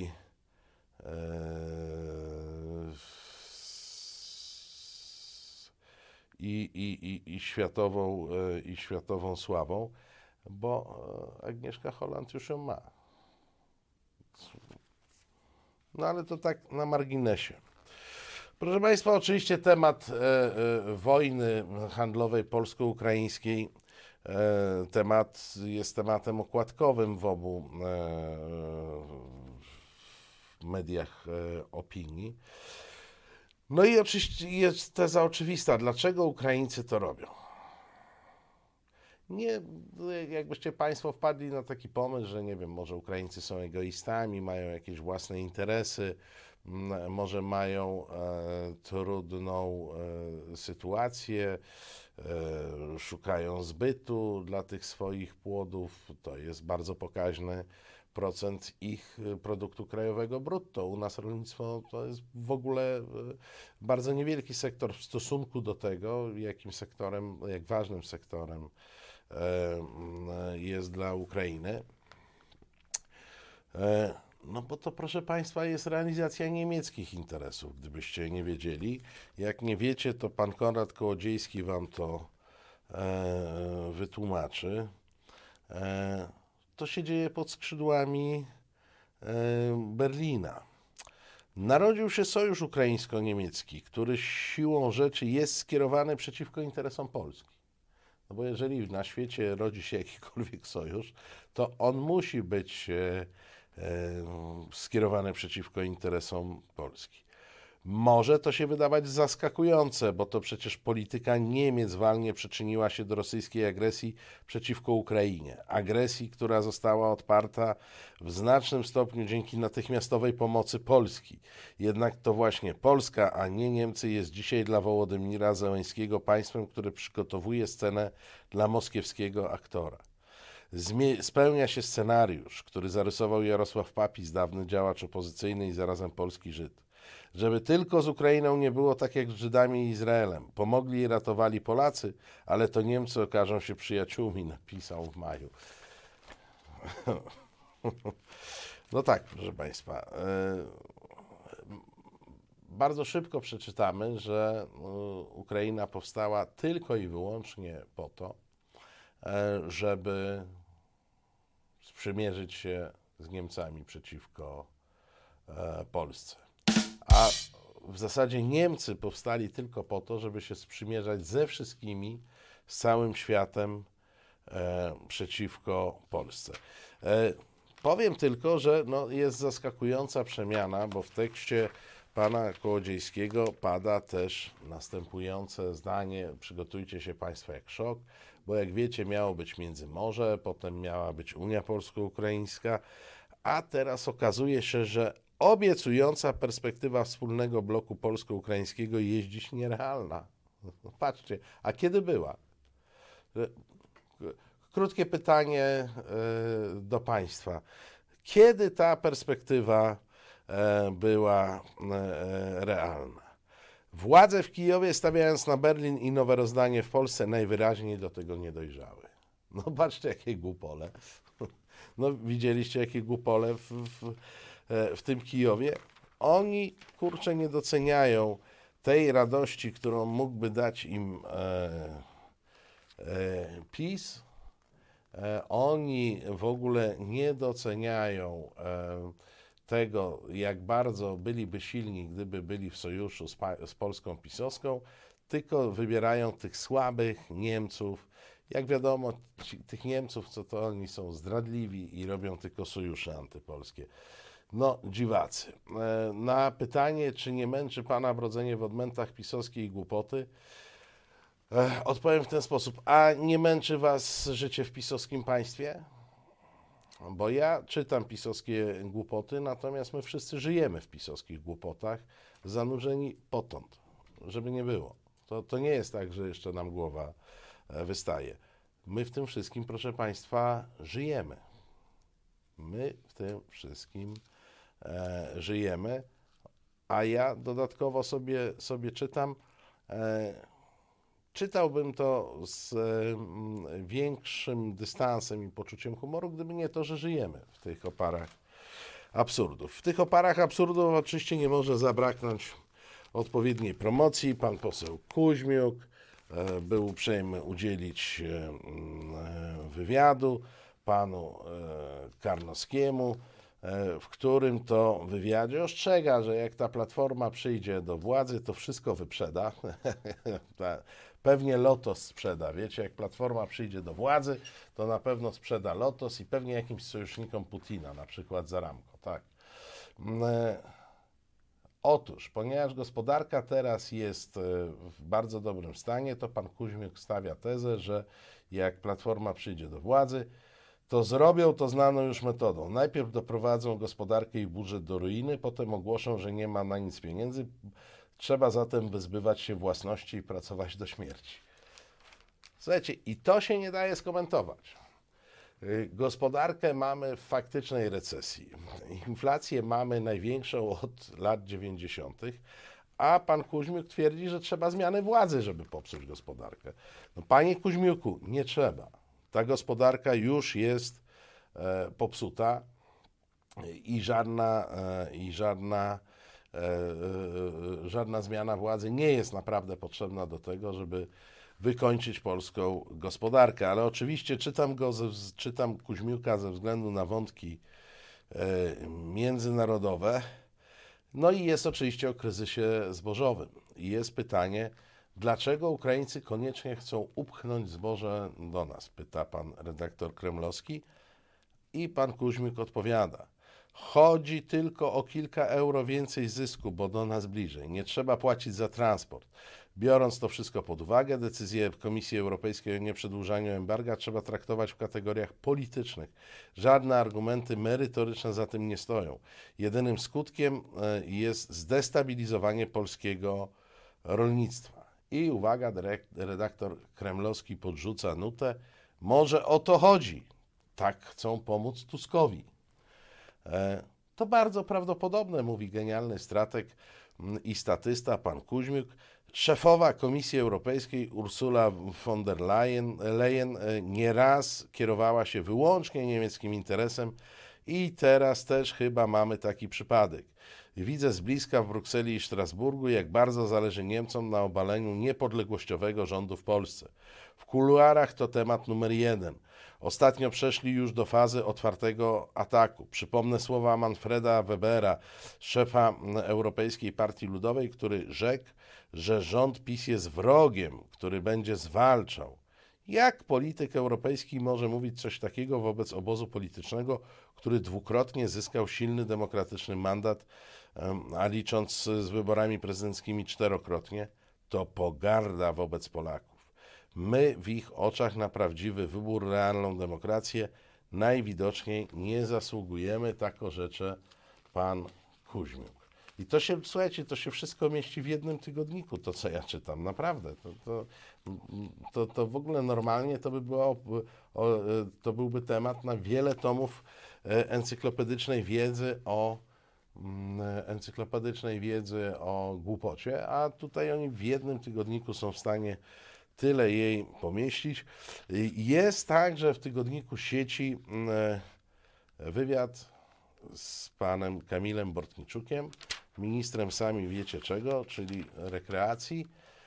i światową sławą, bo Agnieszka Holland już ją ma. No ale to tak na marginesie. Proszę Państwa, oczywiście temat wojny handlowej polsko-ukraińskiej jest tematem okładkowym w obu mediach opinii. No i oczywiście jest teza oczywista, dlaczego Ukraińcy to robią. Nie, jakbyście Państwo wpadli na taki pomysł, że nie wiem, może Ukraińcy są egoistami, mają jakieś własne interesy, może mają trudną sytuację, szukają zbytu dla tych swoich płodów, to jest bardzo pokaźny procent ich produktu krajowego brutto. U nas rolnictwo to jest w ogóle bardzo niewielki sektor w stosunku do tego, jak ważnym sektorem jest dla Ukrainy. No bo to, proszę Państwa, jest realizacja niemieckich interesów, gdybyście nie wiedzieli. Jak nie wiecie, to pan Konrad Kołodziejski wam to wytłumaczy. To się dzieje pod skrzydłami Berlina. Narodził się sojusz ukraińsko-niemiecki, który siłą rzeczy jest skierowany przeciwko interesom Polski. No bo jeżeli na świecie rodzi się jakikolwiek sojusz, to on musi być skierowany przeciwko interesom Polski. Może to się wydawać zaskakujące, bo to przecież polityka Niemiec walnie przyczyniła się do rosyjskiej agresji przeciwko Ukrainie. Agresji, która została odparta w znacznym stopniu dzięki natychmiastowej pomocy Polski. Jednak to właśnie Polska, a nie Niemcy jest dzisiaj dla Wołodymira Zełenskiego państwem, które przygotowuje scenę dla moskiewskiego aktora. Spełnia się scenariusz, który zarysował Jarosław Papis, dawny działacz opozycyjny i zarazem polski Żyd. Żeby tylko z Ukrainą nie było tak jak z Żydami i Izraelem. Pomogli i ratowali Polacy, ale to Niemcy okażą się przyjaciółmi, napisał w maju. No tak, proszę Państwa. Bardzo szybko przeczytamy, że Ukraina powstała tylko i wyłącznie po to, żeby sprzymierzyć się z Niemcami przeciwko Polsce. A w zasadzie Niemcy powstali tylko po to, żeby się sprzymierzać ze wszystkimi, z całym światem przeciwko Polsce. Powiem tylko, że jest zaskakująca przemiana, bo w tekście pana Kołodziejskiego pada też następujące zdanie: przygotujcie się Państwo jak szok, bo jak wiecie, miało być Międzymorze, potem miała być Unia Polsko-Ukraińska, a teraz okazuje się, że obiecująca perspektywa wspólnego bloku polsko-ukraińskiego jest dziś nierealna. Patrzcie, a kiedy była? Krótkie pytanie do Państwa. Kiedy ta perspektywa była realna? Władze w Kijowie, stawiając na Berlin i nowe rozdanie w Polsce, najwyraźniej do tego nie dojrzały. No patrzcie, jakie głupole. No widzieliście, jakie głupole w tym Kijowie. Oni, kurczę, nie doceniają tej radości, którą mógłby dać im PiS. Oni w ogóle nie doceniają tego, jak bardzo byliby silni, gdyby byli w sojuszu z Polską pisowską, tylko wybierają tych słabych Niemców. Jak wiadomo, tych Niemców, to oni są zdradliwi i robią tylko sojusze antypolskie. No, dziwacy. Na pytanie, czy nie męczy pana brodzenie w odmętach pisowskiej głupoty, odpowiem w ten sposób: a nie męczy was życie w pisowskim państwie? Bo ja czytam pisowskie głupoty, natomiast my wszyscy żyjemy w pisowskich głupotach, zanurzeni potąd, żeby nie było. To nie jest tak, że jeszcze nam głowa wystaje. My w tym wszystkim, proszę Państwa, żyjemy. My w tym wszystkim żyjemy, a ja dodatkowo sobie czytam. Czytałbym to z większym dystansem i poczuciem humoru, gdyby nie to, że żyjemy w tych oparach absurdów. W tych oparach absurdów oczywiście nie może zabraknąć odpowiedniej promocji. Pan poseł Kuźmiuk był uprzejmy udzielić wywiadu panu Karnowskiemu. w którym to wywiadzie ostrzega, że jak ta Platforma przyjdzie do władzy, to wszystko wyprzeda. Pewnie Lotos sprzeda. Wiecie, jak Platforma przyjdzie do władzy, to na pewno sprzeda Lotos i pewnie jakimś sojusznikom Putina, na przykład z Aramco. Tak. Otóż, ponieważ gospodarka teraz jest w bardzo dobrym stanie, to pan Kuźmiuk stawia tezę, że jak Platforma przyjdzie do władzy, to zrobią to znaną już metodą. Najpierw doprowadzą gospodarkę i budżet do ruiny, potem ogłoszą, że nie ma na nic pieniędzy. Trzeba zatem wyzbywać się własności i pracować do śmierci. Słuchajcie, i to się nie daje skomentować. Gospodarkę mamy w faktycznej recesji. Inflację mamy największą od lat 90., a pan Kuźmiuk twierdzi, że trzeba zmiany władzy, żeby popsuć gospodarkę. No, panie Kuźmiuku, nie trzeba. Ta gospodarka już jest popsuta i żadna zmiana władzy nie jest naprawdę potrzebna do tego, żeby wykończyć polską gospodarkę. Ale oczywiście czytam Kuźmiuka ze względu na wątki międzynarodowe. No i jest oczywiście o kryzysie zbożowym. I jest pytanie, dlaczego Ukraińcy koniecznie chcą upchnąć zboże do nas? Pyta pan redaktor Kremlowski i pan Kuźmiuk odpowiada. Chodzi tylko o kilka euro więcej zysku, bo do nas bliżej. Nie trzeba płacić za transport. Biorąc to wszystko pod uwagę, decyzję Komisji Europejskiej o nieprzedłużaniu embarga trzeba traktować w kategoriach politycznych. Żadne argumenty merytoryczne za tym nie stoją. Jedynym skutkiem jest zdestabilizowanie polskiego rolnictwa. I uwaga, redaktor Kremlowski podrzuca nutę. Może o to chodzi. Tak chcą pomóc Tuskowi. To bardzo prawdopodobne, mówi genialny strateg i statysta pan Kuźmiuk. Szefowa Komisji Europejskiej Ursula von der Leyen nieraz kierowała się wyłącznie niemieckim interesem i teraz też chyba mamy taki przypadek. Widzę z bliska w Brukseli i Strasburgu, jak bardzo zależy Niemcom na obaleniu niepodległościowego rządu w Polsce. W kuluarach to temat numer 1. Ostatnio przeszli już do fazy otwartego ataku. Przypomnę słowa Manfreda Webera, szefa Europejskiej Partii Ludowej, który rzekł, że rząd PiS jest wrogiem, który będzie zwalczał. Jak polityk europejski może mówić coś takiego wobec obozu politycznego, który dwukrotnie zyskał silny demokratyczny mandat, a licząc z wyborami prezydenckimi 4-krotnie? To pogarda wobec Polaków. My w ich oczach na prawdziwy wybór, realną demokrację najwidoczniej nie zasługujemy, tak orzecze pan Kuźmiuk. I to się, słuchajcie, to się wszystko mieści w jednym tygodniku, to co ja czytam, naprawdę. To w ogóle normalnie to by było, to byłby temat na wiele tomów encyklopedycznej wiedzy o głupocie, a tutaj oni w jednym tygodniku są w stanie tyle jej pomieścić. Jest także w tygodniku Sieci wywiad z panem Kamilem Bortniczukiem, ministrem sami wiecie czego, czyli rekreacji.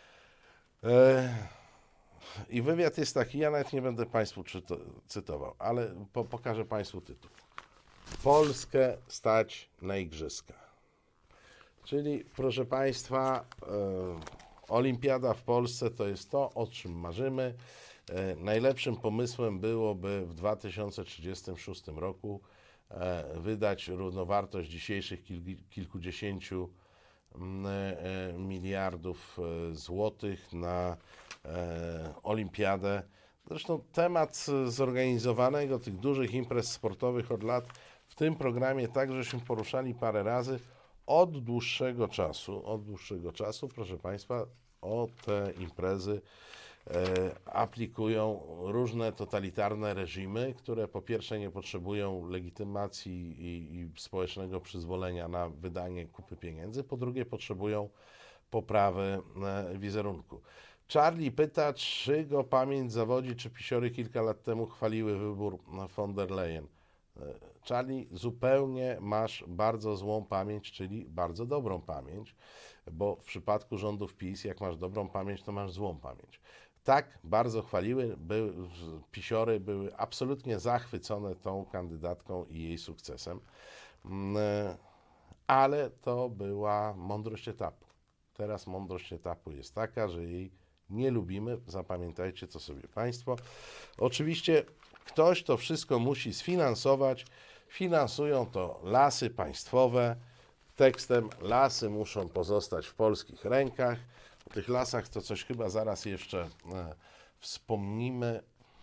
I wywiad jest taki, ja nawet nie będę państwu cytował, ale pokażę państwu tytuł. Polskę stać na igrzyska. Czyli, proszę państwa, olimpiada w Polsce to jest to, o czym marzymy. Najlepszym pomysłem byłoby w 2036 roku wydać równowartość dzisiejszych kilkudziesięciu miliardów złotych na olimpiadę. Zresztą temat zorganizowanego tych dużych imprez sportowych od lat w tym programie także poruszali parę razy. Od dłuższego czasu, proszę Państwa, o te imprezy aplikują różne totalitarne reżimy, które po pierwsze nie potrzebują legitymacji i społecznego przyzwolenia na wydanie kupy pieniędzy, po drugie potrzebują poprawy wizerunku. Charlie pyta, czy go pamięć zawodzi, czy pisiory kilka lat temu chwaliły wybór von der Leyen. Charlie, zupełnie masz bardzo złą pamięć, czyli bardzo dobrą pamięć, bo w przypadku rządów PiS, jak masz dobrą pamięć, to masz złą pamięć. tak bardzo chwaliły, pisiory były absolutnie zachwycone tą kandydatką i jej sukcesem, ale to była mądrość etapu. Teraz mądrość etapu jest taka, że jej nie lubimy, zapamiętajcie to sobie Państwo. Oczywiście ktoś to wszystko musi sfinansować, finansują to Lasy Państwowe, tekstem lasy muszą pozostać w polskich rękach. O tych lasach to coś chyba zaraz jeszcze wspomnimy.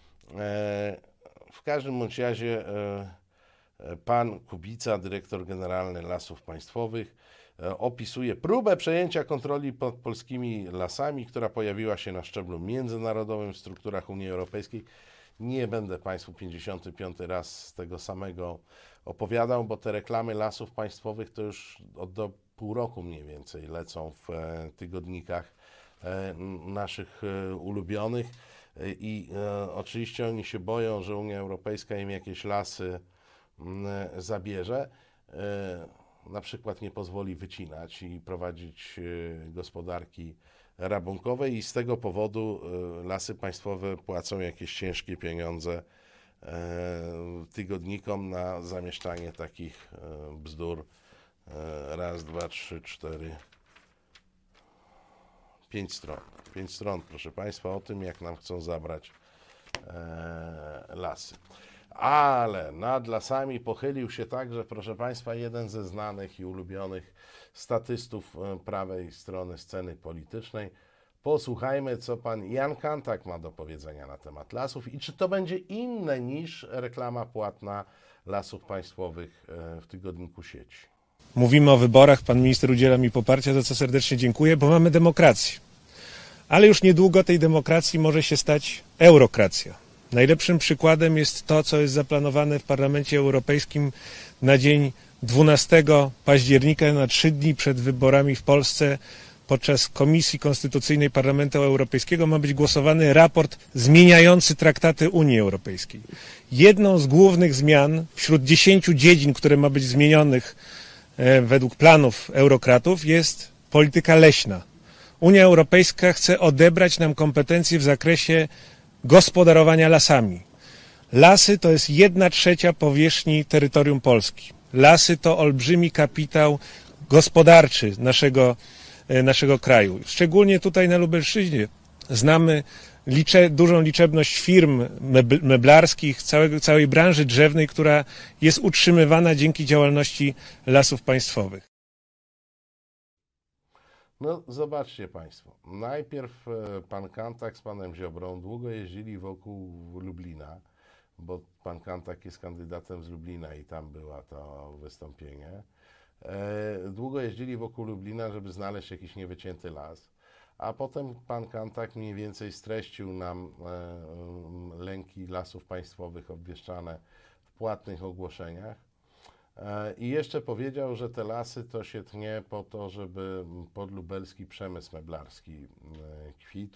W każdym bądź razie pan Kubica, dyrektor generalny Lasów Państwowych, opisuje próbę przejęcia kontroli pod polskimi lasami, która pojawiła się na szczeblu międzynarodowym w strukturach Unii Europejskiej. Nie będę Państwu 55 raz z tego samego opowiadał, bo te reklamy Lasów Państwowych to już do pół roku mniej więcej lecą w tygodnikach naszych ulubionych i oczywiście oni się boją, że Unia Europejska im jakieś lasy zabierze. Na przykład nie pozwoli wycinać i prowadzić gospodarki rabunkowej i z tego powodu Lasy Państwowe płacą jakieś ciężkie pieniądze tygodnikom na zamieszczanie takich bzdur. Raz, dwa, trzy, cztery, 5 stron. 5 stron, proszę Państwa, o tym, jak nam chcą zabrać lasy. Ale nad lasami pochylił się także, proszę Państwa, jeden ze znanych i ulubionych statystów prawej strony sceny politycznej. Posłuchajmy, co pan Jan Kantak ma do powiedzenia na temat lasów i czy to będzie inne niż reklama płatna Lasów Państwowych w tygodniku Sieci. Mówimy o wyborach, pan minister udziela mi poparcia, za co serdecznie dziękuję, bo mamy demokrację. Ale już niedługo tej demokracji może się stać eurokracja. Najlepszym przykładem jest to, co jest zaplanowane w Parlamencie Europejskim na dzień 12 października, na 3 dni przed wyborami w Polsce. Podczas Komisji Konstytucyjnej Parlamentu Europejskiego ma być głosowany raport zmieniający traktaty Unii Europejskiej. Jedną z głównych zmian wśród 10 dziedzin, które ma być zmienionych według planów eurokratów, jest polityka leśna. Unia Europejska chce odebrać nam kompetencje w zakresie gospodarowania lasami. Lasy to jest 1/3 powierzchni terytorium Polski. Lasy to olbrzymi kapitał gospodarczy naszego kraju. Szczególnie tutaj na Lubelszczyźnie znamy dużą liczebność firm meblarskich, całej branży drzewnej, która jest utrzymywana dzięki działalności Lasów Państwowych. No zobaczcie Państwo, najpierw pan Kantak z panem Ziobrą długo jeździli wokół Lublina, bo pan Kantak jest kandydatem z Lublina i tam było to wystąpienie. Długo jeździli wokół Lublina, żeby znaleźć jakiś niewycięty las, a potem pan Kantak mniej więcej streścił nam lęki Lasów Państwowych obwieszczane w płatnych ogłoszeniach. I jeszcze powiedział, że te lasy to się tnie po to, żeby podlubelski przemysł meblarski kwitł.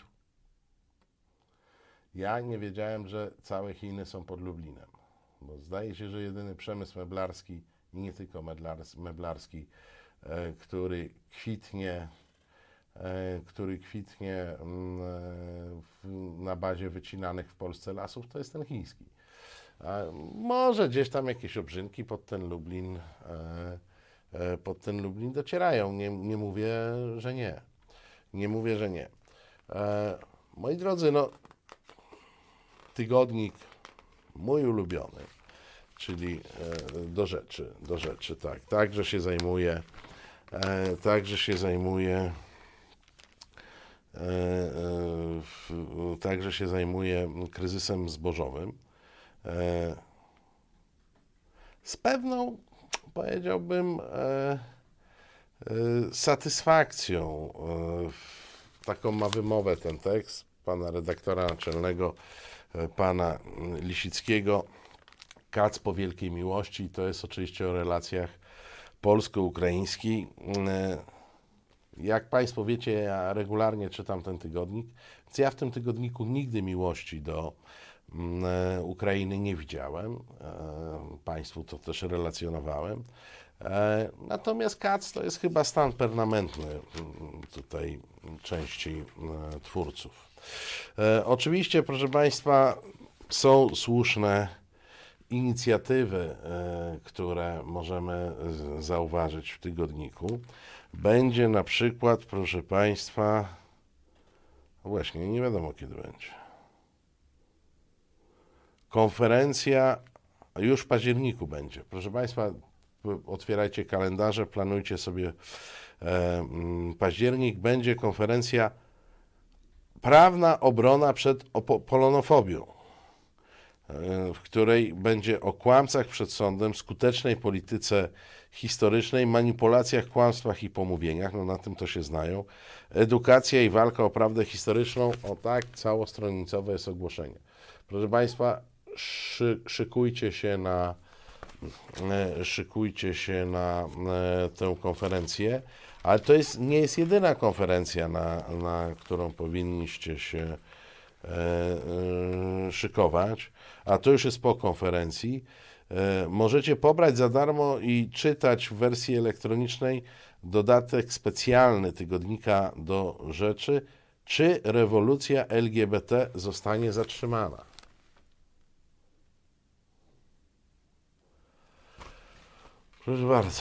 Ja nie wiedziałem, że całe Chiny są pod Lublinem, bo zdaje się, że jedyny przemysł meblarski i nie tylko meblarski, który kwitnie na bazie wycinanych w Polsce lasów, to jest ten chiński. Może gdzieś tam jakieś obrzynki pod ten Lublin docierają. Nie mówię, że nie. Nie mówię, że nie. Moi drodzy, no tygodnik mój ulubiony, czyli do rzeczy, tak. Także się zajmuje kryzysem zbożowym. Z pewną, powiedziałbym, satysfakcją. Taką ma wymowę ten tekst pana redaktora naczelnego, pana Lisickiego. Kac po wielkiej miłości. To jest oczywiście o relacjach polsko-ukraińskich. Jak Państwo wiecie, ja regularnie czytam ten tygodnik, więc ja w tym tygodniku nigdy miłości do Ukrainy nie widziałem. Państwu to też relacjonowałem. Natomiast kac to jest chyba stan permanentny tutaj części twórców. Oczywiście, proszę Państwa, są słuszne inicjatywy, które możemy zauważyć w tygodniku. Będzie na przykład, proszę Państwa, właśnie nie wiadomo kiedy będzie. Konferencja już w październiku będzie. Proszę Państwa, otwierajcie kalendarze, planujcie sobie październik. Będzie konferencja Prawna obrona przed polonofobią, w której będzie o kłamcach przed sądem, skutecznej polityce historycznej, manipulacjach, kłamstwach i pomówieniach, no na tym to się znają, edukacja i walka o prawdę historyczną, o tak, całostronicowe jest ogłoszenie. Proszę Państwa, szykujcie się na tę konferencję, ale to nie jest jedyna konferencja, na którą powinniście się szykować, a to już jest po konferencji. Możecie pobrać za darmo i czytać w wersji elektronicznej dodatek specjalny tygodnika do rzeczy, czy rewolucja LGBT zostanie zatrzymana. Proszę bardzo.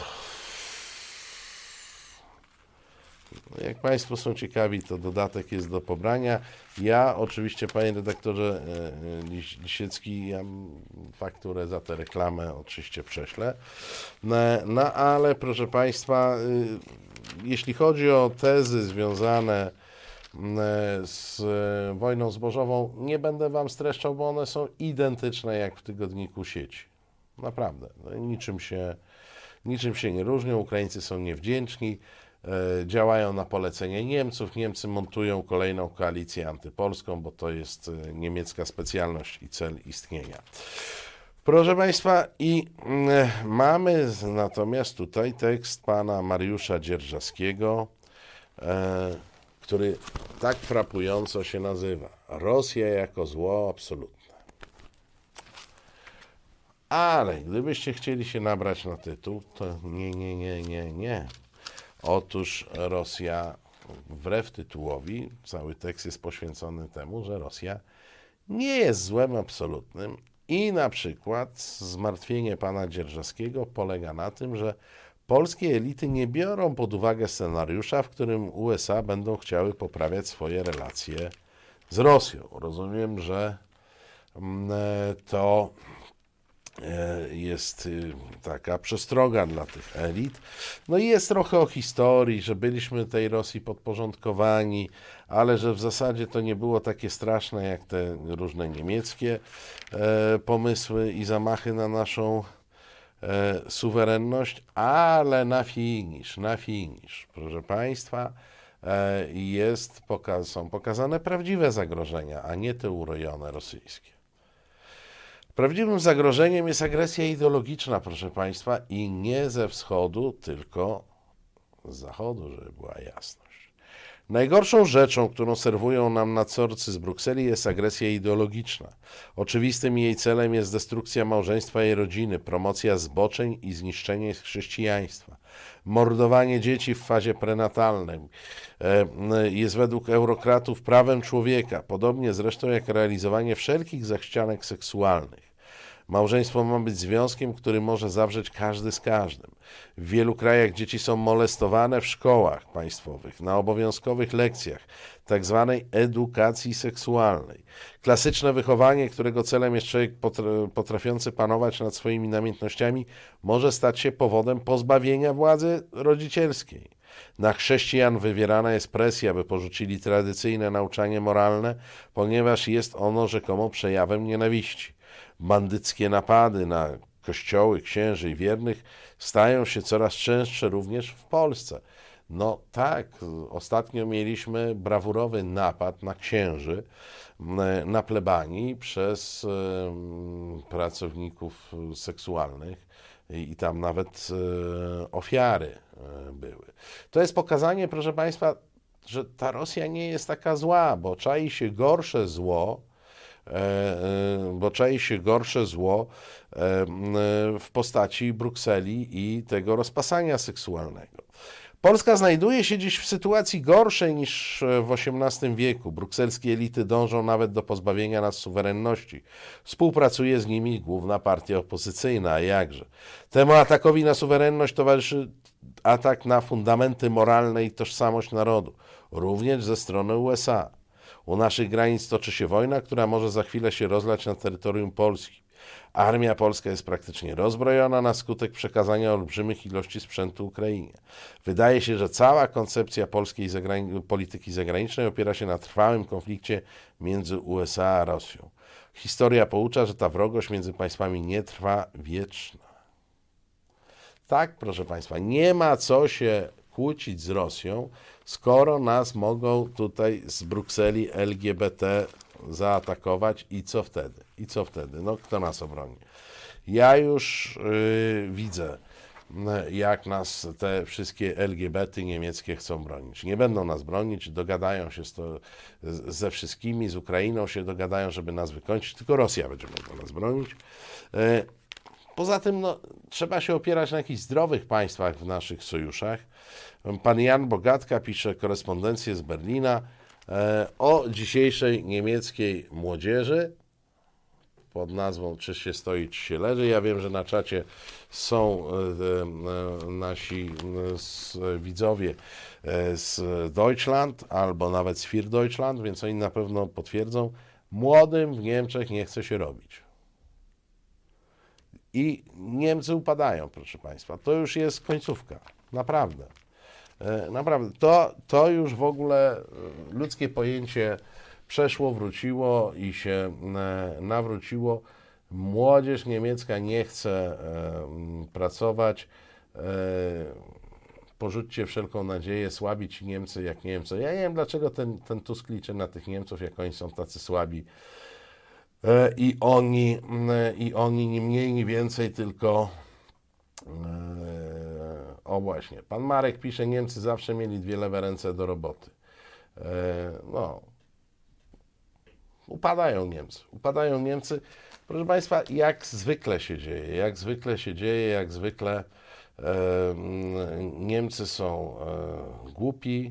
Jak Państwo są ciekawi, to dodatek jest do pobrania. Ja oczywiście, panie redaktorze Lisiecki, ja fakturę za tę reklamę oczywiście prześlę. No ale proszę Państwa, jeśli chodzi o tezy związane z wojną zbożową, nie będę Wam streszczał, bo one są identyczne jak w tygodniku Sieci. Naprawdę. Niczym się nie różnią. Ukraińcy są niewdzięczni. Działają na polecenie Niemców. Niemcy montują kolejną koalicję antypolską, bo to jest niemiecka specjalność i cel istnienia. Proszę Państwa, i mamy natomiast tutaj tekst pana Mariusza Dzierżawskiego, który tak frapująco się nazywa: Rosja jako zło absolutne. Ale gdybyście chcieli się nabrać na tytuł, to nie. Otóż Rosja, wbrew tytułowi, cały tekst jest poświęcony temu, że Rosja nie jest złem absolutnym i na przykład zmartwienie pana Dzierżawskiego polega na tym, że polskie elity nie biorą pod uwagę scenariusza, w którym USA będą chciały poprawiać swoje relacje z Rosją. Rozumiem, że to jest taka przestroga dla tych elit. No i jest trochę o historii, że byliśmy tej Rosji podporządkowani, ale że w zasadzie to nie było takie straszne jak te różne niemieckie pomysły i zamachy na naszą suwerenność, ale na finisz, proszę Państwa, są pokazane prawdziwe zagrożenia, a nie te urojone rosyjskie. Prawdziwym zagrożeniem jest agresja ideologiczna, proszę Państwa, i nie ze wschodu, tylko z zachodu, żeby była jasność. Najgorszą rzeczą, którą serwują nam nadzorcy z Brukseli, jest agresja ideologiczna. Oczywistym jej celem jest destrukcja małżeństwa i rodziny, promocja zboczeń i zniszczenie chrześcijaństwa. Mordowanie dzieci w fazie prenatalnej jest według eurokratów prawem człowieka, podobnie zresztą jak realizowanie wszelkich zachcianek seksualnych. Małżeństwo ma być związkiem, który może zawrzeć każdy z każdym. W wielu krajach dzieci są molestowane w szkołach państwowych, na obowiązkowych lekcjach tak zwanej edukacji seksualnej. Klasyczne wychowanie, którego celem jest człowiek potrafiący panować nad swoimi namiętnościami, może stać się powodem pozbawienia władzy rodzicielskiej. Na chrześcijan wywierana jest presja, by porzucili tradycyjne nauczanie moralne, ponieważ jest ono rzekomo przejawem nienawiści. Bandyckie napady na kościoły, księży i wiernych stają się coraz częstsze również w Polsce. No tak, ostatnio mieliśmy brawurowy napad na księży na plebanii przez pracowników seksualnych i tam nawet ofiary były. To jest pokazanie, proszę Państwa, że ta Rosja nie jest taka zła, bo czai się gorsze zło bo czai się gorsze zło w postaci Brukseli i tego rozpasania seksualnego. Polska znajduje się dziś w sytuacji gorszej niż w XVIII wieku. Brukselskie elity dążą nawet do pozbawienia nas suwerenności. Współpracuje z nimi główna partia opozycyjna, a jakże. Temu atakowi na suwerenność towarzyszy atak na fundamenty moralne i tożsamość narodu, również ze strony USA. U naszych granic toczy się wojna, która może za chwilę się rozlać na terytorium Polski. Armia polska jest praktycznie rozbrojona na skutek przekazania olbrzymich ilości sprzętu Ukrainie. Wydaje się, że cała koncepcja polskiej polityki zagranicznej opiera się na trwałym konflikcie między USA a Rosją. Historia poucza, że ta wrogość między państwami nie trwa wieczna. Tak, proszę Państwa, nie ma co się kłócić z Rosją, skoro nas mogą tutaj z Brukseli LGBT zaatakować i co wtedy? I co wtedy? No kto nas obroni? Ja już widzę, jak nas te wszystkie LGBT niemieckie chcą bronić. Nie będą nas bronić, dogadają się ze wszystkimi, z Ukrainą się dogadają, żeby nas wykończyć, tylko Rosja będzie mogła nas bronić. Poza tym trzeba się opierać na jakichś zdrowych państwach w naszych sojuszach. Pan Jan Bogatka pisze korespondencję z Berlina o dzisiejszej niemieckiej młodzieży pod nazwą Czy się stoi, czy się leży. Ja wiem, że na czacie są nasi widzowie z Deutschland albo nawet z Für Deutschland, więc oni na pewno potwierdzą. Młodym w Niemczech nie chce się robić. I Niemcy upadają, proszę Państwa. To już jest końcówka. Naprawdę. Naprawdę. To już w ogóle ludzkie pojęcie przeszło, wróciło i się nawróciło. Młodzież niemiecka nie chce pracować. Porzućcie wszelką nadzieję, słabi ci Niemcy jak Niemcy. Ja nie wiem, dlaczego ten Tusk liczy na tych Niemców, jak oni są tacy słabi. I oni ni mniej, ni więcej, tylko o właśnie. Pan Marek pisze, Niemcy zawsze mieli dwie lewe ręce do roboty. Upadają Niemcy. Proszę Państwa, jak zwykle się dzieje, Niemcy są głupi.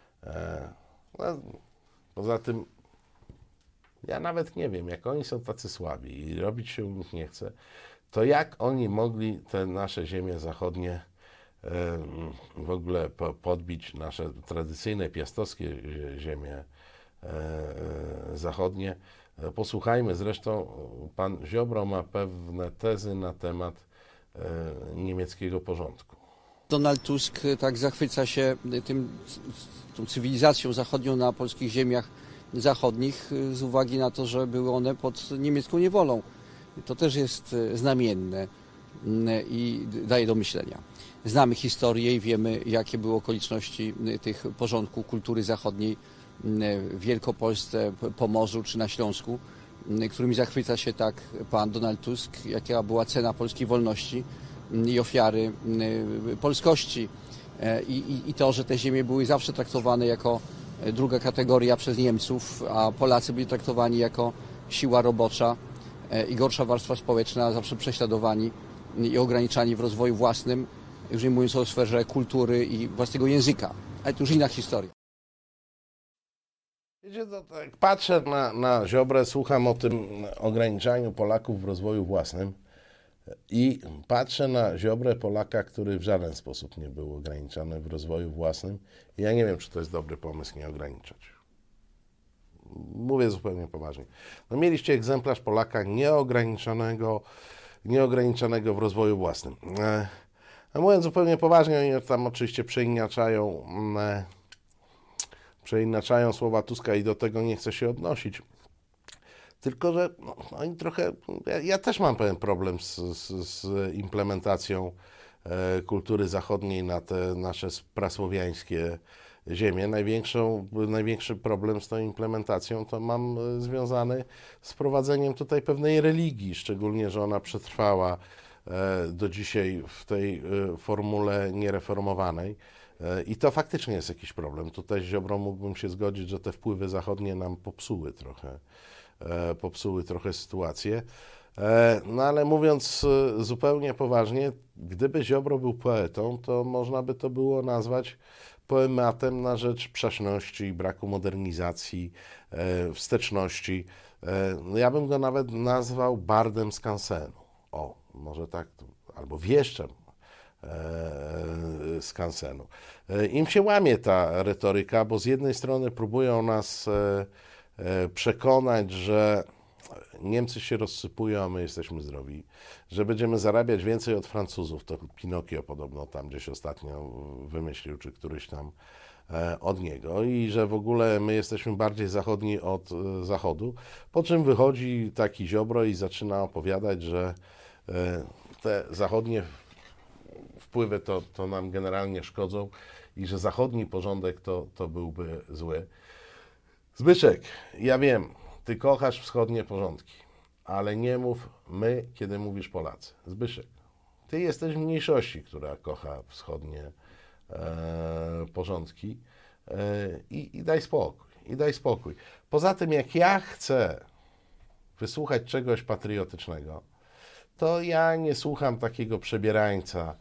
Poza tym ja nawet nie wiem, jak oni są tacy słabi i robić się u nich nie chce, to jak oni mogli te nasze ziemie zachodnie w ogóle podbić, nasze tradycyjne piastowskie ziemie zachodnie. Posłuchajmy, zresztą pan Ziobro ma pewne tezy na temat niemieckiego porządku. Donald Tusk tak zachwyca się tą cywilizacją zachodnią na polskich ziemiach zachodnich z uwagi na to, że były one pod niemiecką niewolą. To też jest znamienne i daje do myślenia. Znamy historię i wiemy, jakie były okoliczności tych porządków kultury zachodniej w Wielkopolsce, Pomorzu czy na Śląsku, którymi zachwyca się tak pan Donald Tusk, jaka była cena polskiej wolności i ofiary polskości. I to, że te ziemie były zawsze traktowane jako druga kategoria przez Niemców, a Polacy byli traktowani jako siła robocza i gorsza warstwa społeczna, zawsze prześladowani i ograniczani w rozwoju własnym, już nie mówiąc o sferze kultury i własnego języka. Ale to już inna historia. Wiecie, jak patrzę na Ziobrę, słucham o tym ograniczaniu Polaków w rozwoju własnym i patrzę na Ziobrę, Polaka, który w żaden sposób nie był ograniczany w rozwoju własnym. I ja nie wiem, czy to jest dobry pomysł nie ograniczać. Mówię zupełnie poważnie. Mieliście egzemplarz Polaka nieograniczonego w rozwoju własnym. Mówiąc zupełnie poważnie, oni tam oczywiście przeinaczają słowa Tuska i do tego nie chcę się odnosić. Tylko że oni trochę... Ja też mam pewien problem z implementacją kultury zachodniej na te nasze prasłowiańskie ziemię. Największy problem z tą implementacją to mam związany z prowadzeniem tutaj pewnej religii, szczególnie, że ona przetrwała do dzisiaj w tej formule niereformowanej. I to faktycznie jest jakiś problem. Tutaj z Ziobrą mógłbym się zgodzić, że te wpływy zachodnie nam popsuły trochę popsuły trochę sytuację. No ale mówiąc zupełnie poważnie, gdyby Ziobro był poetą, to można by to było nazwać poematem na rzecz przaśności, braku modernizacji, wsteczności. No ja bym go nawet nazwał bardem skansenu. O, może tak, albo wieszczem skansenu. Im się łamie ta retoryka, bo z jednej strony próbują nas przekonać, że Niemcy się rozsypują, a my jesteśmy zdrowi, że będziemy zarabiać więcej od Francuzów, to Pinokio podobno tam gdzieś ostatnio wymyślił, czy któryś tam od niego, i że w ogóle my jesteśmy bardziej zachodni od Zachodu, po czym wychodzi taki Ziobro i zaczyna opowiadać, że te zachodnie wpływy to nam generalnie szkodzą i że zachodni porządek to byłby zły. Zbyszek, ja wiem, ty kochasz wschodnie porządki, ale nie mów my, kiedy mówisz Polacy. Zbyszek, ty jesteś w mniejszości, która kocha wschodnie porządki i daj spokój, daj spokój. Poza tym, jak ja chcę wysłuchać czegoś patriotycznego, to ja nie słucham takiego przebierańca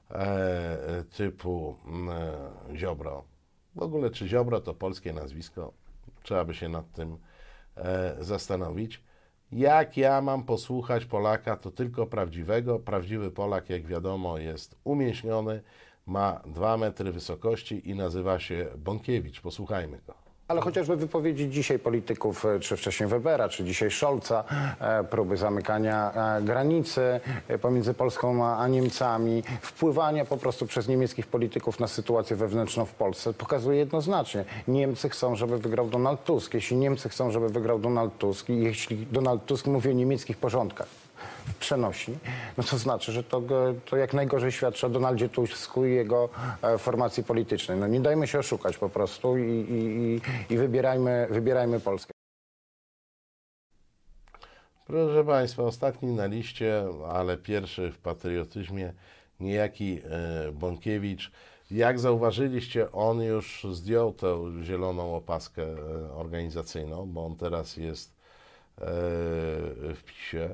typu Ziobro. W ogóle, czy Ziobro to polskie nazwisko? Trzeba by się nad tym zastanowić. Jak ja mam posłuchać Polaka, to tylko prawdziwego. Prawdziwy Polak, jak wiadomo, jest umięśniony, ma 2 metry wysokości i nazywa się Bąkiewicz. Posłuchajmy go. Ale chociażby wypowiedzi dzisiaj polityków, czy wcześniej Webera, czy dzisiaj Scholza, próby zamykania granicy pomiędzy Polską a Niemcami, wpływania po prostu przez niemieckich polityków na sytuację wewnętrzną w Polsce, pokazuje jednoznacznie. Niemcy chcą, żeby wygrał Donald Tusk. Jeśli Niemcy chcą, żeby wygrał Donald Tusk i jeśli Donald Tusk mówi o niemieckich porządkach w przenośni, no to znaczy, że to jak najgorzej świadczy o Donaldzie Tusku i jego formacji politycznej. No nie dajmy się oszukać po prostu i wybierajmy Polskę. Proszę Państwa, ostatni na liście, ale pierwszy w patriotyzmie, niejaki Bąkiewicz. Jak zauważyliście, on już zdjął tę zieloną opaskę organizacyjną, bo on teraz jest w PiS-ie.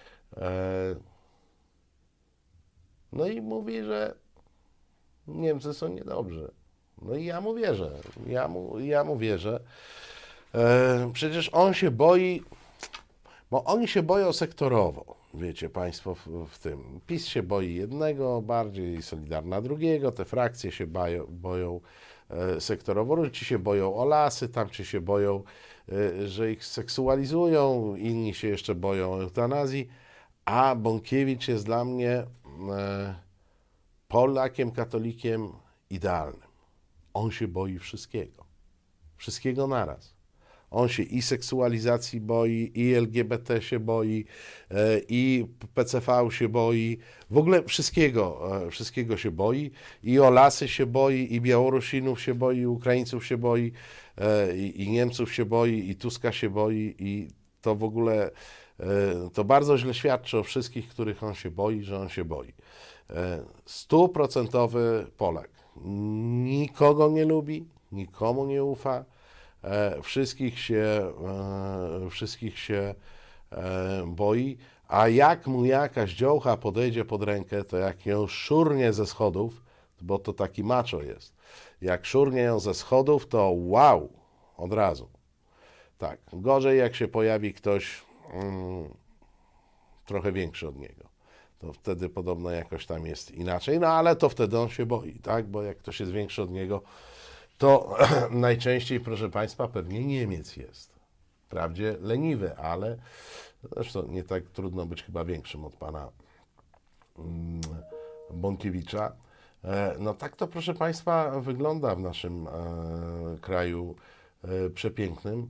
No i mówi, że Niemcy są niedobrzy. No i ja mu wierzę. Ja mu wierzę. Przecież on się boi, bo oni się boją sektorowo, wiecie Państwo, w tym. PiS się boi jednego, bardziej Solidarna drugiego, te frakcje się boją sektorowo, ci się boją o lasy, tamci się boją, że ich seksualizują, inni się jeszcze boją eutanazji, a Bąkiewicz jest dla mnie Polakiem, katolikiem idealnym. On się boi wszystkiego naraz. On się i seksualizacji boi, i LGBT się boi, i PCV się boi, w ogóle wszystkiego się boi, i o lasy się boi, i Białorusinów się boi, i Ukraińców się boi, i Niemców się boi, i Tuska się boi, i to w ogóle to bardzo źle świadczy o wszystkich, których on się boi, że on się boi. 100% Polak. Nikogo nie lubi, nikomu nie ufa, wszystkich się boi, a jak mu jakaś dziołcha podejdzie pod rękę, to jak ją szurnie ze schodów, bo to taki macho jest, jak szurnie ją ze schodów, to wow, od razu. Tak, gorzej jak się pojawi ktoś trochę większy od niego. To wtedy podobno jakoś tam jest inaczej, no ale to wtedy on się boi, tak, bo jak ktoś jest większy od niego, to najczęściej, proszę Państwa, pewnie Niemiec jest. Wprawdzie leniwy, ale zresztą nie tak trudno być chyba większym od pana Bąkiewicza. No tak to, proszę Państwa, wygląda w naszym kraju przepięknym.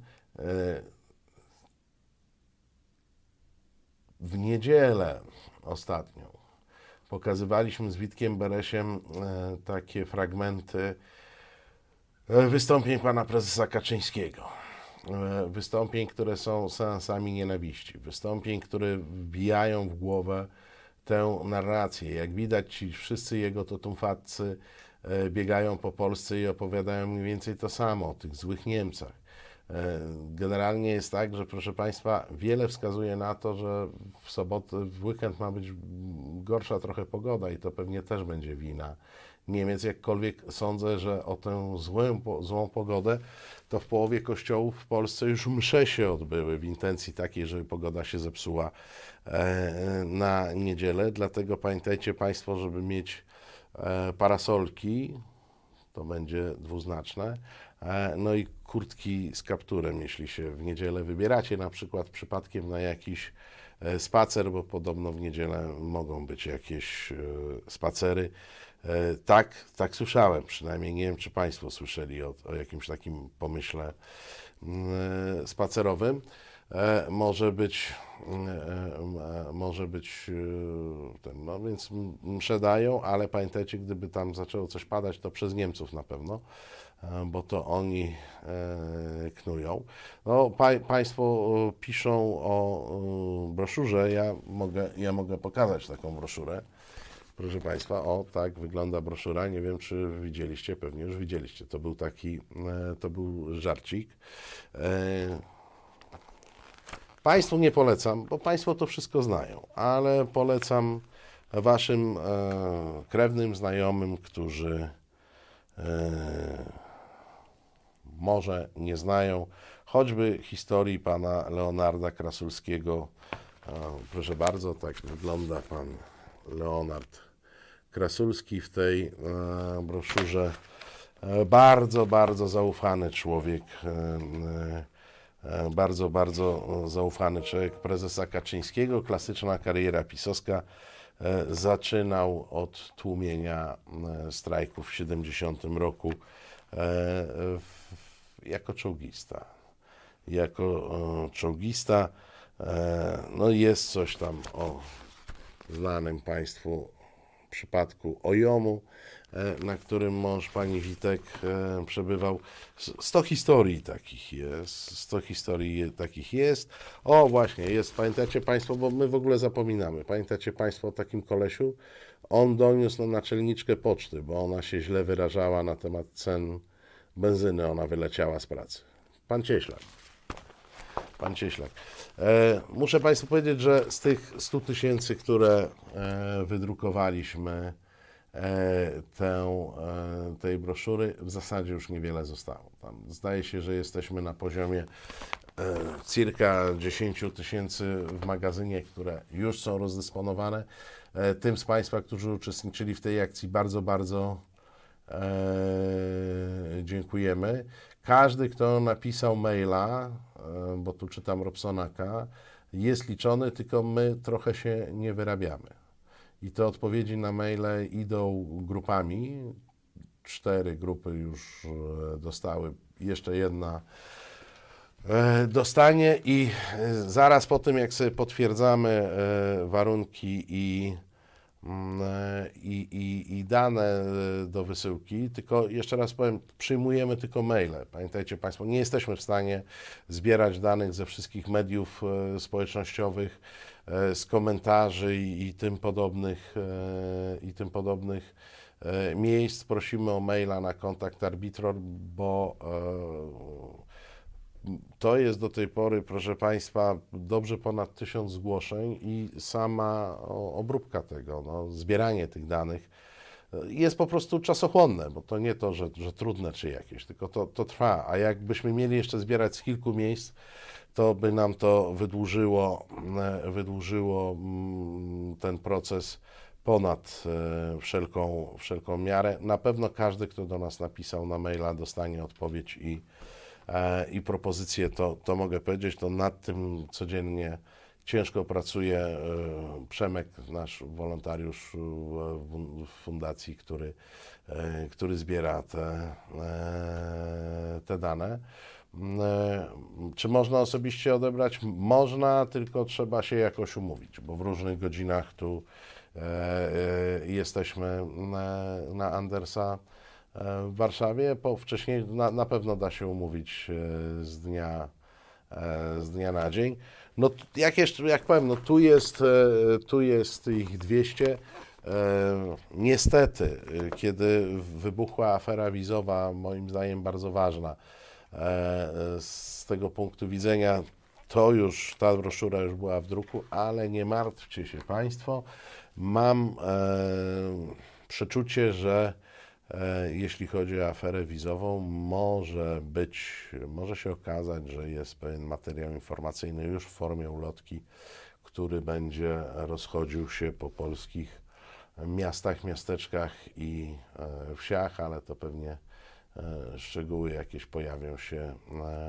W niedzielę ostatnią pokazywaliśmy z Witkiem Beresiem takie fragmenty wystąpień pana prezesa Kaczyńskiego. Wystąpień, które są seansami nienawiści. Wystąpień, które wbijają w głowę tę narrację. Jak widać, ci wszyscy jego totumfatcy biegają po Polsce i opowiadają mniej więcej to samo o tych złych Niemcach. Generalnie jest tak, że proszę Państwa, wiele wskazuje na to, że w sobotę, w weekend ma być gorsza trochę pogoda i to pewnie też będzie wina Niemiec. Jakkolwiek sądzę, że o tę złą pogodę to w połowie kościołów w Polsce już msze się odbyły w intencji takiej, żeby pogoda się zepsuła na niedzielę. Dlatego pamiętajcie Państwo, żeby mieć parasolki, to będzie dwuznaczne, no i kurtki z kapturem, jeśli się w niedzielę wybieracie na przykład przypadkiem na jakiś spacer, bo podobno w niedzielę mogą być jakieś spacery. Tak słyszałem, przynajmniej nie wiem, czy Państwo słyszeli o jakimś takim pomyśle spacerowym. Może być ten, no więc msze dają, ale pamiętajcie, gdyby tam zaczęło coś padać, to przez Niemców na pewno, bo to oni knują. No, Państwo piszą o broszurze, ja mogę pokazać taką broszurę. Proszę Państwa, o tak wygląda broszura, nie wiem, czy widzieliście, pewnie już widzieliście, to był żarcik. Państwu nie polecam, bo Państwo to wszystko znają, ale polecam Waszym krewnym, znajomym, którzy może nie znają choćby historii pana Leonarda Krasulskiego. Proszę bardzo, tak wygląda pan Leonard Krasulski w tej broszurze. Bardzo, bardzo zaufany człowiek. Bardzo zaufany człowiek prezesa Kaczyńskiego. Klasyczna kariera pisowska. Zaczynał od tłumienia strajków w 70 roku jako czołgista. No jest coś tam o znanym Państwu przypadku OJOM-u, na którym mąż pani Witek przebywał. 100 historii takich jest. O właśnie, jest, pamiętacie Państwo, bo my w ogóle zapominamy. Pamiętacie Państwo o takim kolesiu? On doniósł na naczelniczkę poczty, bo ona się źle wyrażała na temat cen benzyny. Ona wyleciała z pracy. Pan Cieślak. Muszę Państwu powiedzieć, że z tych 100 000, które wydrukowaliśmy tej broszury, w zasadzie już niewiele zostało. Tam zdaje się, że jesteśmy na poziomie circa 10 000 w magazynie, które już są rozdysponowane. Tym z Państwa, którzy uczestniczyli w tej akcji, bardzo, bardzo dziękujemy. Każdy, kto napisał maila, bo tu czytam Robsonaka, jest liczony, tylko my trochę się nie wyrabiamy. I te odpowiedzi na maile idą grupami. 4 grupy już dostały, jeszcze jedna dostanie i zaraz po tym, jak sobie potwierdzamy warunki i dane do wysyłki, tylko jeszcze raz powiem, przyjmujemy tylko maile. Pamiętajcie Państwo, nie jesteśmy w stanie zbierać danych ze wszystkich mediów społecznościowych, z komentarzy i tym podobnych miejsc. Prosimy o maila na kontakt Arbitror, bo to jest do tej pory, proszę Państwa, dobrze ponad 1000 zgłoszeń i sama obróbka tego, zbieranie tych danych jest po prostu czasochłonne, bo to nie to, że trudne czy jakieś, tylko to trwa, a jakbyśmy mieli jeszcze zbierać z kilku miejsc, to by nam to wydłużyło ten proces ponad wszelką miarę. Na pewno każdy, kto do nas napisał na maila, dostanie odpowiedź i propozycję, to mogę powiedzieć, to nad tym codziennie ciężko pracuje Przemek, nasz wolontariusz w fundacji, który zbiera te dane. Czy można osobiście odebrać? Można, tylko trzeba się jakoś umówić, bo w różnych godzinach tu jesteśmy na Andersa w Warszawie. Wcześniej na pewno da się umówić z dnia na dzień. No jak powiem, no tu jest ich 200. Niestety, kiedy wybuchła afera wizowa, moim zdaniem bardzo ważna, Z tego punktu widzenia ta broszura już była w druku, ale nie martwcie się Państwo. Mam przeczucie, że jeśli chodzi o aferę wizową, może się okazać, że jest pewien materiał informacyjny już w formie ulotki, który będzie rozchodził się po polskich miastach, miasteczkach i wsiach, ale to pewnie szczegóły jakieś pojawią się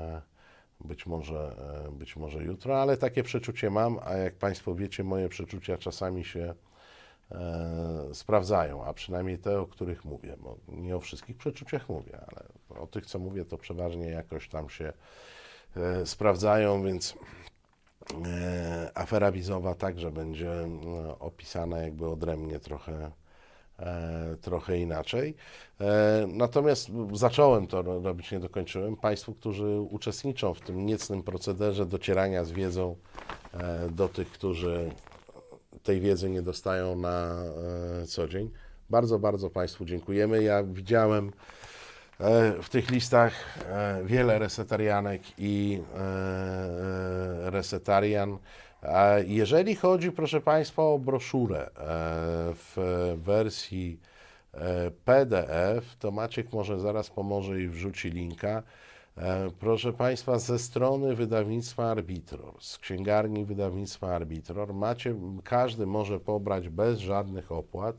być może jutro, ale takie przeczucie mam, a jak Państwo wiecie, moje przeczucia czasami się sprawdzają, a przynajmniej te, o których mówię, bo nie o wszystkich przeczuciach mówię, ale o tych, co mówię, to przeważnie jakoś tam się sprawdzają, więc afera wizowa także będzie opisana jakby odrębnie trochę inaczej. Natomiast zacząłem to robić, nie dokończyłem. Państwu, którzy uczestniczą w tym niecnym procederze docierania z wiedzą do tych, którzy tej wiedzy nie dostają na co dzień. Bardzo, bardzo Państwu dziękujemy. Ja widziałem w tych listach wiele resetarianek i resetarian. Jeżeli chodzi, proszę Państwa, o broszurę w wersji PDF, to Maciek może zaraz pomoże i wrzuci linka. Proszę Państwa, ze strony wydawnictwa Arbitror, z księgarni wydawnictwa Arbitror, każdy może pobrać bez żadnych opłat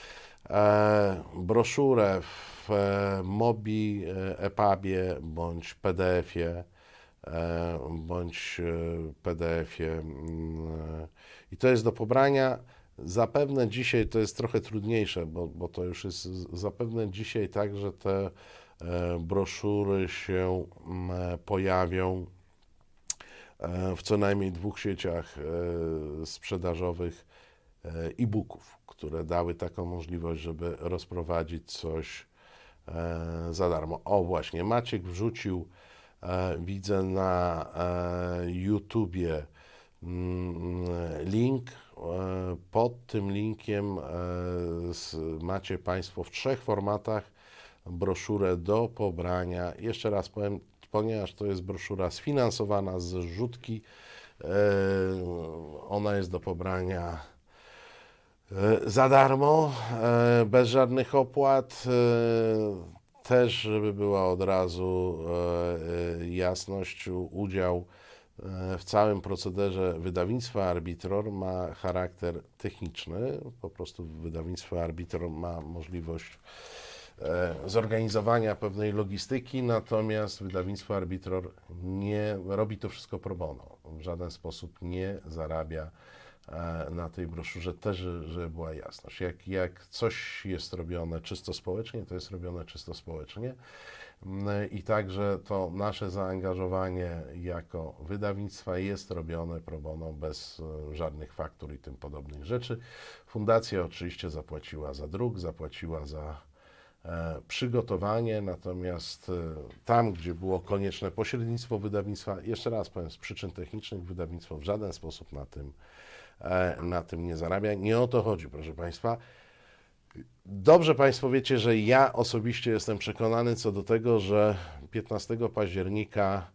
broszurę w Mobi, EPUBie bądź PDF-ie, i to jest do pobrania. Zapewne dzisiaj to jest trochę trudniejsze, bo to już jest zapewne dzisiaj tak, że te broszury się pojawią w co najmniej 2 sieciach sprzedażowych e-booków, które dały taką możliwość, żeby rozprowadzić coś za darmo. O właśnie, Maciek wrzucił, widzę na YouTubie link. Pod tym linkiem macie Państwo w 3 formatach broszurę do pobrania. Jeszcze raz powiem, ponieważ to jest broszura sfinansowana z zrzutki, ona jest do pobrania za darmo, bez żadnych opłat. Też, żeby była od razu jasność, udział w całym procederze wydawnictwa Arbitror ma charakter techniczny. Po prostu wydawnictwo Arbitror ma możliwość zorganizowania pewnej logistyki, natomiast wydawnictwo Arbitror nie robi to wszystko pro bono. W żaden sposób nie zarabia na tej broszurze, też, żeby była jasność. Jak coś jest robione czysto społecznie, to jest robione czysto społecznie. I także to nasze zaangażowanie jako wydawnictwa jest robione pro bono, bez żadnych faktur i tym podobnych rzeczy. Fundacja oczywiście zapłaciła za druk, zapłaciła za przygotowanie, natomiast tam, gdzie było konieczne pośrednictwo wydawnictwa, jeszcze raz powiem, z przyczyn technicznych wydawnictwo w żaden sposób na tym nie zarabia. Nie o to chodzi, proszę Państwa. Dobrze Państwo wiecie, że ja osobiście jestem przekonany co do tego, że 15 października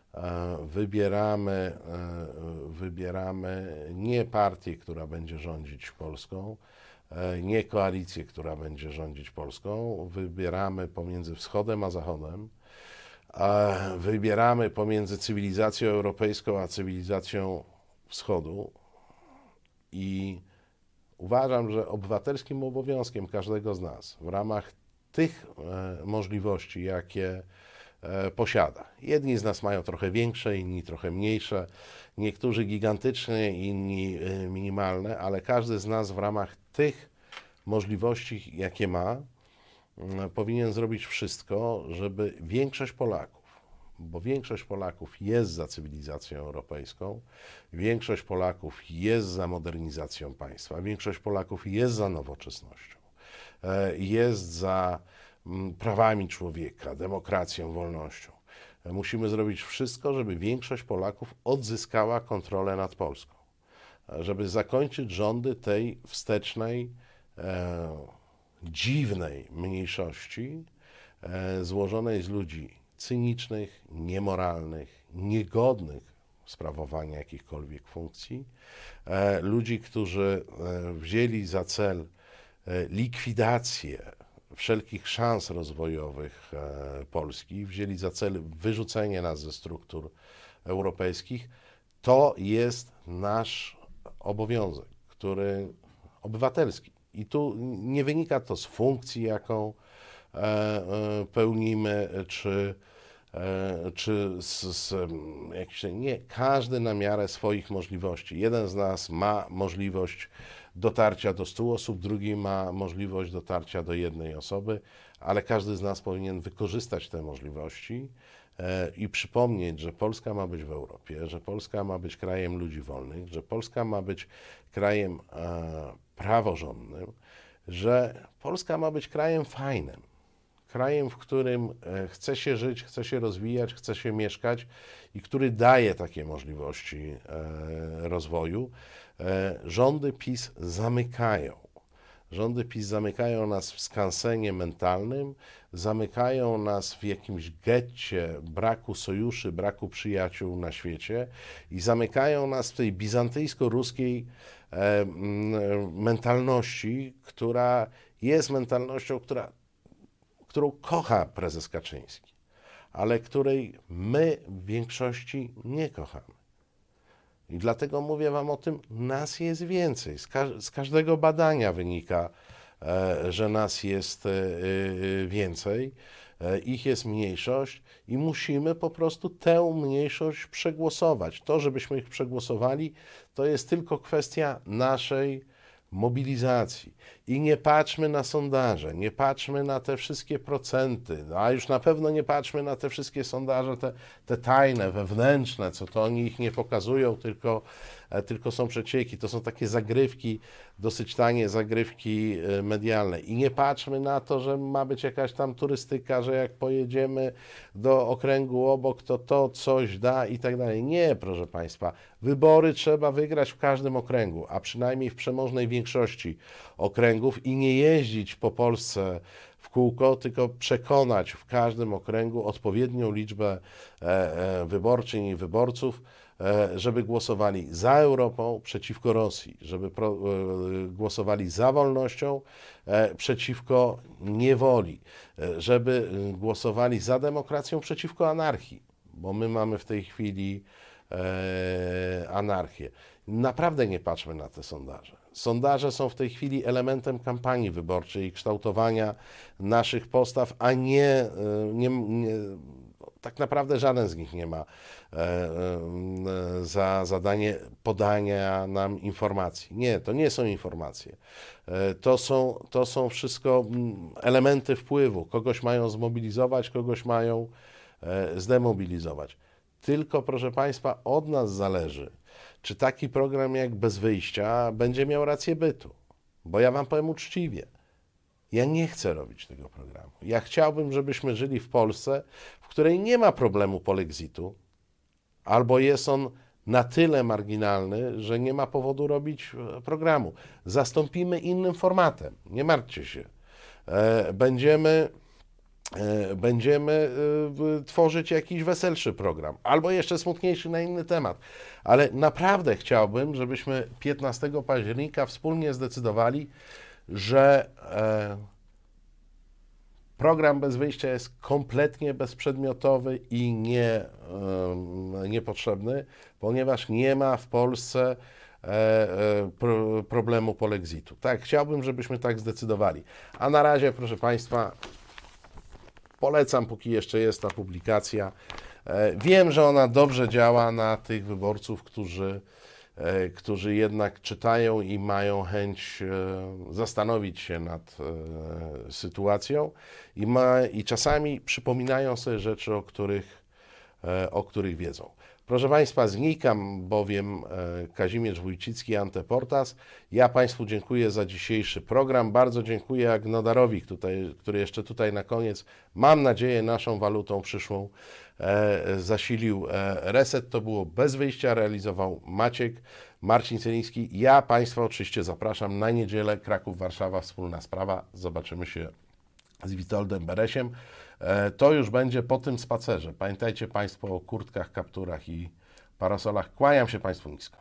wybieramy nie partię, która będzie rządzić Polską, nie koalicję, która będzie rządzić Polską. Wybieramy pomiędzy Wschodem a Zachodem. Wybieramy pomiędzy cywilizacją europejską a cywilizacją Wschodu. I uważam, że obywatelskim obowiązkiem każdego z nas w ramach tych możliwości, jakie posiada. Jedni z nas mają trochę większe, inni trochę mniejsze, niektórzy gigantyczne, inni minimalne, ale każdy z nas w ramach tych możliwości, jakie ma, powinien zrobić wszystko, żeby większość Polaków, bo większość Polaków jest za cywilizacją europejską, większość Polaków jest za modernizacją państwa, większość Polaków jest za nowoczesnością, jest za prawami człowieka, demokracją, wolnością. Musimy zrobić wszystko, żeby większość Polaków odzyskała kontrolę nad Polską, żeby zakończyć rządy tej wstecznej, dziwnej mniejszości złożonej z ludzi cynicznych, niemoralnych, niegodnych sprawowania jakichkolwiek funkcji, ludzi, którzy wzięli za cel likwidację wszelkich szans rozwojowych Polski, wzięli za cel wyrzucenie nas ze struktur europejskich. To jest nasz obowiązek, obywatelski. I tu nie wynika to z funkcji, jaką pełnimy, czy z jakichś... Nie, każdy na miarę swoich możliwości. Jeden z nas ma możliwość dotarcia do 100 osób, drugi ma możliwość dotarcia do jednej osoby, ale każdy z nas powinien wykorzystać te możliwości i przypomnieć, że Polska ma być w Europie, że Polska ma być krajem ludzi wolnych, że Polska ma być krajem praworządnym, że Polska ma być krajem fajnym, krajem, w którym chce się żyć, chce się rozwijać, chce się mieszkać i który daje takie możliwości rozwoju. Rządy PiS zamykają. Rządy PiS zamykają nas w skansenie mentalnym, zamykają nas w jakimś getcie braku sojuszy, braku przyjaciół na świecie i zamykają nas w tej bizantyjsko-ruskiej mentalności, która jest mentalnością, którą kocha prezes Kaczyński, ale której my w większości nie kochamy. I dlatego mówię wam o tym, nas jest więcej. Z każdego badania wynika, że nas jest więcej, ich jest mniejszość i musimy po prostu tę mniejszość przegłosować. To, żebyśmy ich przegłosowali, to jest tylko kwestia naszej mobilizacji. I nie patrzmy na sondaże, nie patrzmy na te wszystkie procenty, a już na pewno nie patrzmy na te wszystkie sondaże, te tajne, wewnętrzne, co to oni ich nie pokazują, tylko są przecieki. To są takie zagrywki, dosyć tanie zagrywki medialne. I nie patrzmy na to, że ma być jakaś tam turystyka, że jak pojedziemy do okręgu obok, to coś da i tak dalej. Nie, proszę Państwa. Wybory trzeba wygrać w każdym okręgu, a przynajmniej w przemożnej większości okręgów i nie jeździć po Polsce w kółko, tylko przekonać w każdym okręgu odpowiednią liczbę wyborczyń i wyborców, żeby głosowali za Europą, przeciwko Rosji, żeby głosowali za wolnością, przeciwko niewoli, żeby głosowali za demokracją, przeciwko anarchii, bo my mamy w tej chwili anarchię. Naprawdę nie patrzmy na te sondaże. Sondaże są w tej chwili elementem kampanii wyborczej i kształtowania naszych postaw, a nie tak naprawdę żaden z nich nie ma za zadanie podania nam informacji. Nie, to nie są informacje. To są wszystko elementy wpływu. Kogoś mają zmobilizować, kogoś mają zdemobilizować. Tylko, proszę Państwa, od nas zależy, czy taki program jak Bez Wyjścia będzie miał rację bytu. Bo ja wam powiem uczciwie, ja nie chcę robić tego programu. Ja chciałbym, żebyśmy żyli w Polsce, w której nie ma problemu polexitu, albo jest on na tyle marginalny, że nie ma powodu robić programu. Zastąpimy innym formatem, nie martwcie się. Będziemy tworzyć jakiś weselszy program, albo jeszcze smutniejszy na inny temat. Ale naprawdę chciałbym, żebyśmy 15 października wspólnie zdecydowali, że program Bez Wyjścia jest kompletnie bezprzedmiotowy i niepotrzebny, ponieważ nie ma w Polsce problemu polexitu. Tak, chciałbym, żebyśmy tak zdecydowali. A na razie, proszę Państwa, polecam, póki jeszcze jest ta publikacja. Wiem, że ona dobrze działa na tych wyborców, którzy jednak czytają i mają chęć zastanowić się nad sytuacją i czasami przypominają sobie rzeczy, o których wiedzą. Proszę Państwa, znikam bowiem Kazimierz Wójcicki, Anteportas. Ja Państwu dziękuję za dzisiejszy program. Bardzo dziękuję Agnodarowi, który jeszcze tutaj na koniec, mam nadzieję, naszą walutą przyszłą zasilił reset. To było Bez Wyjścia, realizował Marcin Celiński. Ja Państwa oczywiście zapraszam na niedzielę, Kraków, Warszawa, wspólna sprawa. Zobaczymy się z Witoldem Beresiem. To już będzie po tym spacerze. Pamiętajcie Państwo o kurtkach, kapturach i parasolach. Kłaniam się Państwu nisko.